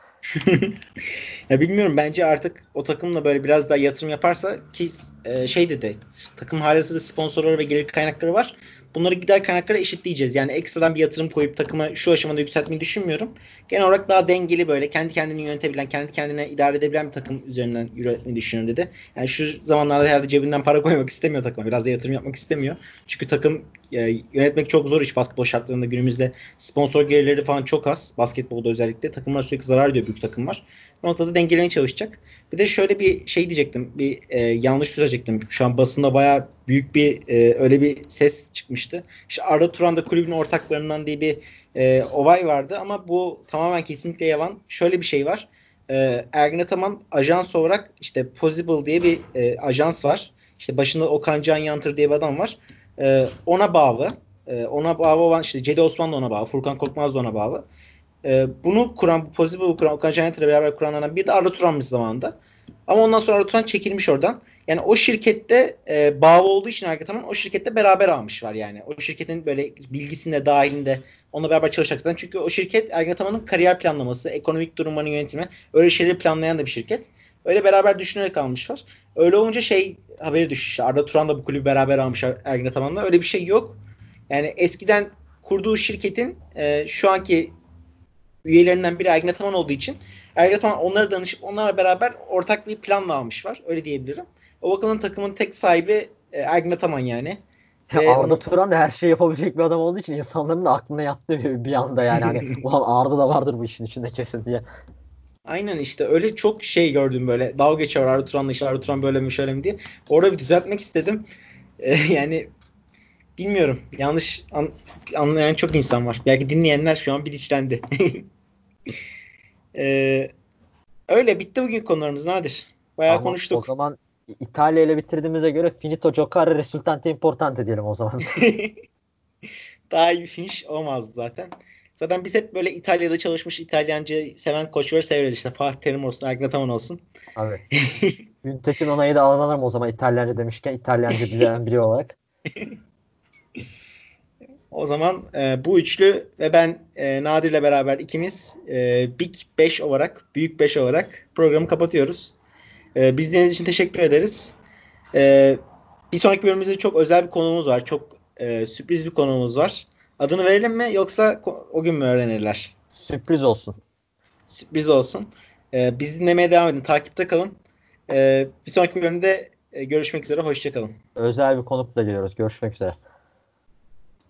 ya bilmiyorum bence artık o takımla böyle biraz daha yatırım yaparsa ki e, şey dedi takım halihazırda sponsorları ve gelir kaynakları var. Bunları gider kaynaklara eşitleyeceğiz. Yani ekstradan bir yatırım koyup takımı şu aşamada yükseltmeyi düşünmüyorum. Genel olarak daha dengeli böyle kendi kendini yönetebilen, kendi kendine idare edebilen bir takım üzerinden yürütmeyi düşünüyorum dedi. Yani şu zamanlarda herhalde cebinden para koymak istemiyor takıma. Biraz da yatırım yapmak istemiyor. Çünkü takım e, yönetmek çok zor iş basketbol şartlarında günümüzde. Sponsor gelirleri falan çok az. Basketbolda özellikle. Takımlar sürekli zarar ediyor büyük takımlar. O noktada dengelemeye çalışacak. Bir de şöyle bir şey diyecektim. Bir e, yanlış söyleyecektim. Şu an basında bayağı büyük bir e, öyle bir ses çıkmıştı. İşte Arda Turan da kulübün ortaklarından diye bir e, olay vardı ama bu tamamen kesinlikle yalan. Şöyle bir şey var. E, Ergin Ataman ajans olarak işte Possible diye bir e, ajans var. İşte başında Okan Can Yantır diye bir adam var. E, ona bağlı. E, ona bağlı olan işte Cedi Osman da ona bağlı. Furkan Korkmaz da ona bağlı. E, bunu kuran, bu Possible'ı kuran, Okan Can Yantır'la beraber kuranlardan biri de Arda Turan'mış zamanında. Ama ondan sonra Arda Turan çekilmiş oradan. Yani o şirkette e, bağlı olduğu için Ergin Ataman o şirkette beraber almışlar yani. O şirketin böyle bilgisinde dahilinde onunla beraber çalışacaklar. Çünkü o şirket Ergin Ataman'ın kariyer planlaması, ekonomik durumlarını yönetimi, öyle şeyleri planlayan da bir şirket. Öyle beraber düşünerek almışlar. Öyle olunca şey haberi düştü işte. Arda Turan da bu kulübü beraber almış Ergin Ataman'la. Öyle bir şey yok. Yani eskiden kurduğu şirketin e, şu anki üyelerinden biri Ergin Ataman olduğu için Ergin Ataman onlara danışıp onlarla beraber ortak bir planla almışlar. Öyle diyebilirim. O bakımdan takımın tek sahibi e, Ergin Ataman yani. Ve Arda onu... Turan da her şeyi yapabilecek bir adam olduğu için insanların da aklına yattı bir, bir anda yani. Hani ulan Arda da vardır bu işin içinde kesin diye. Aynen işte öyle çok şey gördüm böyle. Dalga geçiyor Arda Turan'la işte Arda Turan böyle mi şöyle mi diye. Orada bir düzeltmek istedim. E, yani bilmiyorum. Yanlış an, anlayan çok insan var. Belki dinleyenler şu an bilinçlendi. e, öyle bitti bugün konularımız Nadir. Bayağı Tamam, o konuştuk. zaman İtalya ile bitirdiğimize göre finito giocare risultante importante diyelim o zaman. Daha iyi bir finish olmazdı zaten. Zaten biz hep böyle İtalya'da çalışmış İtalyanca seven koçları severiz işte. Fatih Terim olsun, Ergin Ataman olsun. Abi. Güntekin Onay'ı da alınalım o zaman İtalyanca demişken İtalyanca bilen biri olarak. O zaman e, bu üçlü ve ben e, Nadir'le beraber ikimiz e, Big beş olarak, Büyük beş olarak programı kapatıyoruz. E, biz dinlediğiniz için teşekkür ederiz. E, bir sonraki bölümümüzde çok özel bir konuğumuz var. Çok e, sürpriz bir konuğumuz var. Adını verelim mi yoksa o gün mü öğrenirler? Sürpriz olsun. Sürpriz olsun. E, bizi dinlemeye devam edin. Takipte kalın. E, bir sonraki bölümde e, görüşmek üzere. Hoşça kalın. Özel bir konukla geliyoruz. Görüşmek üzere.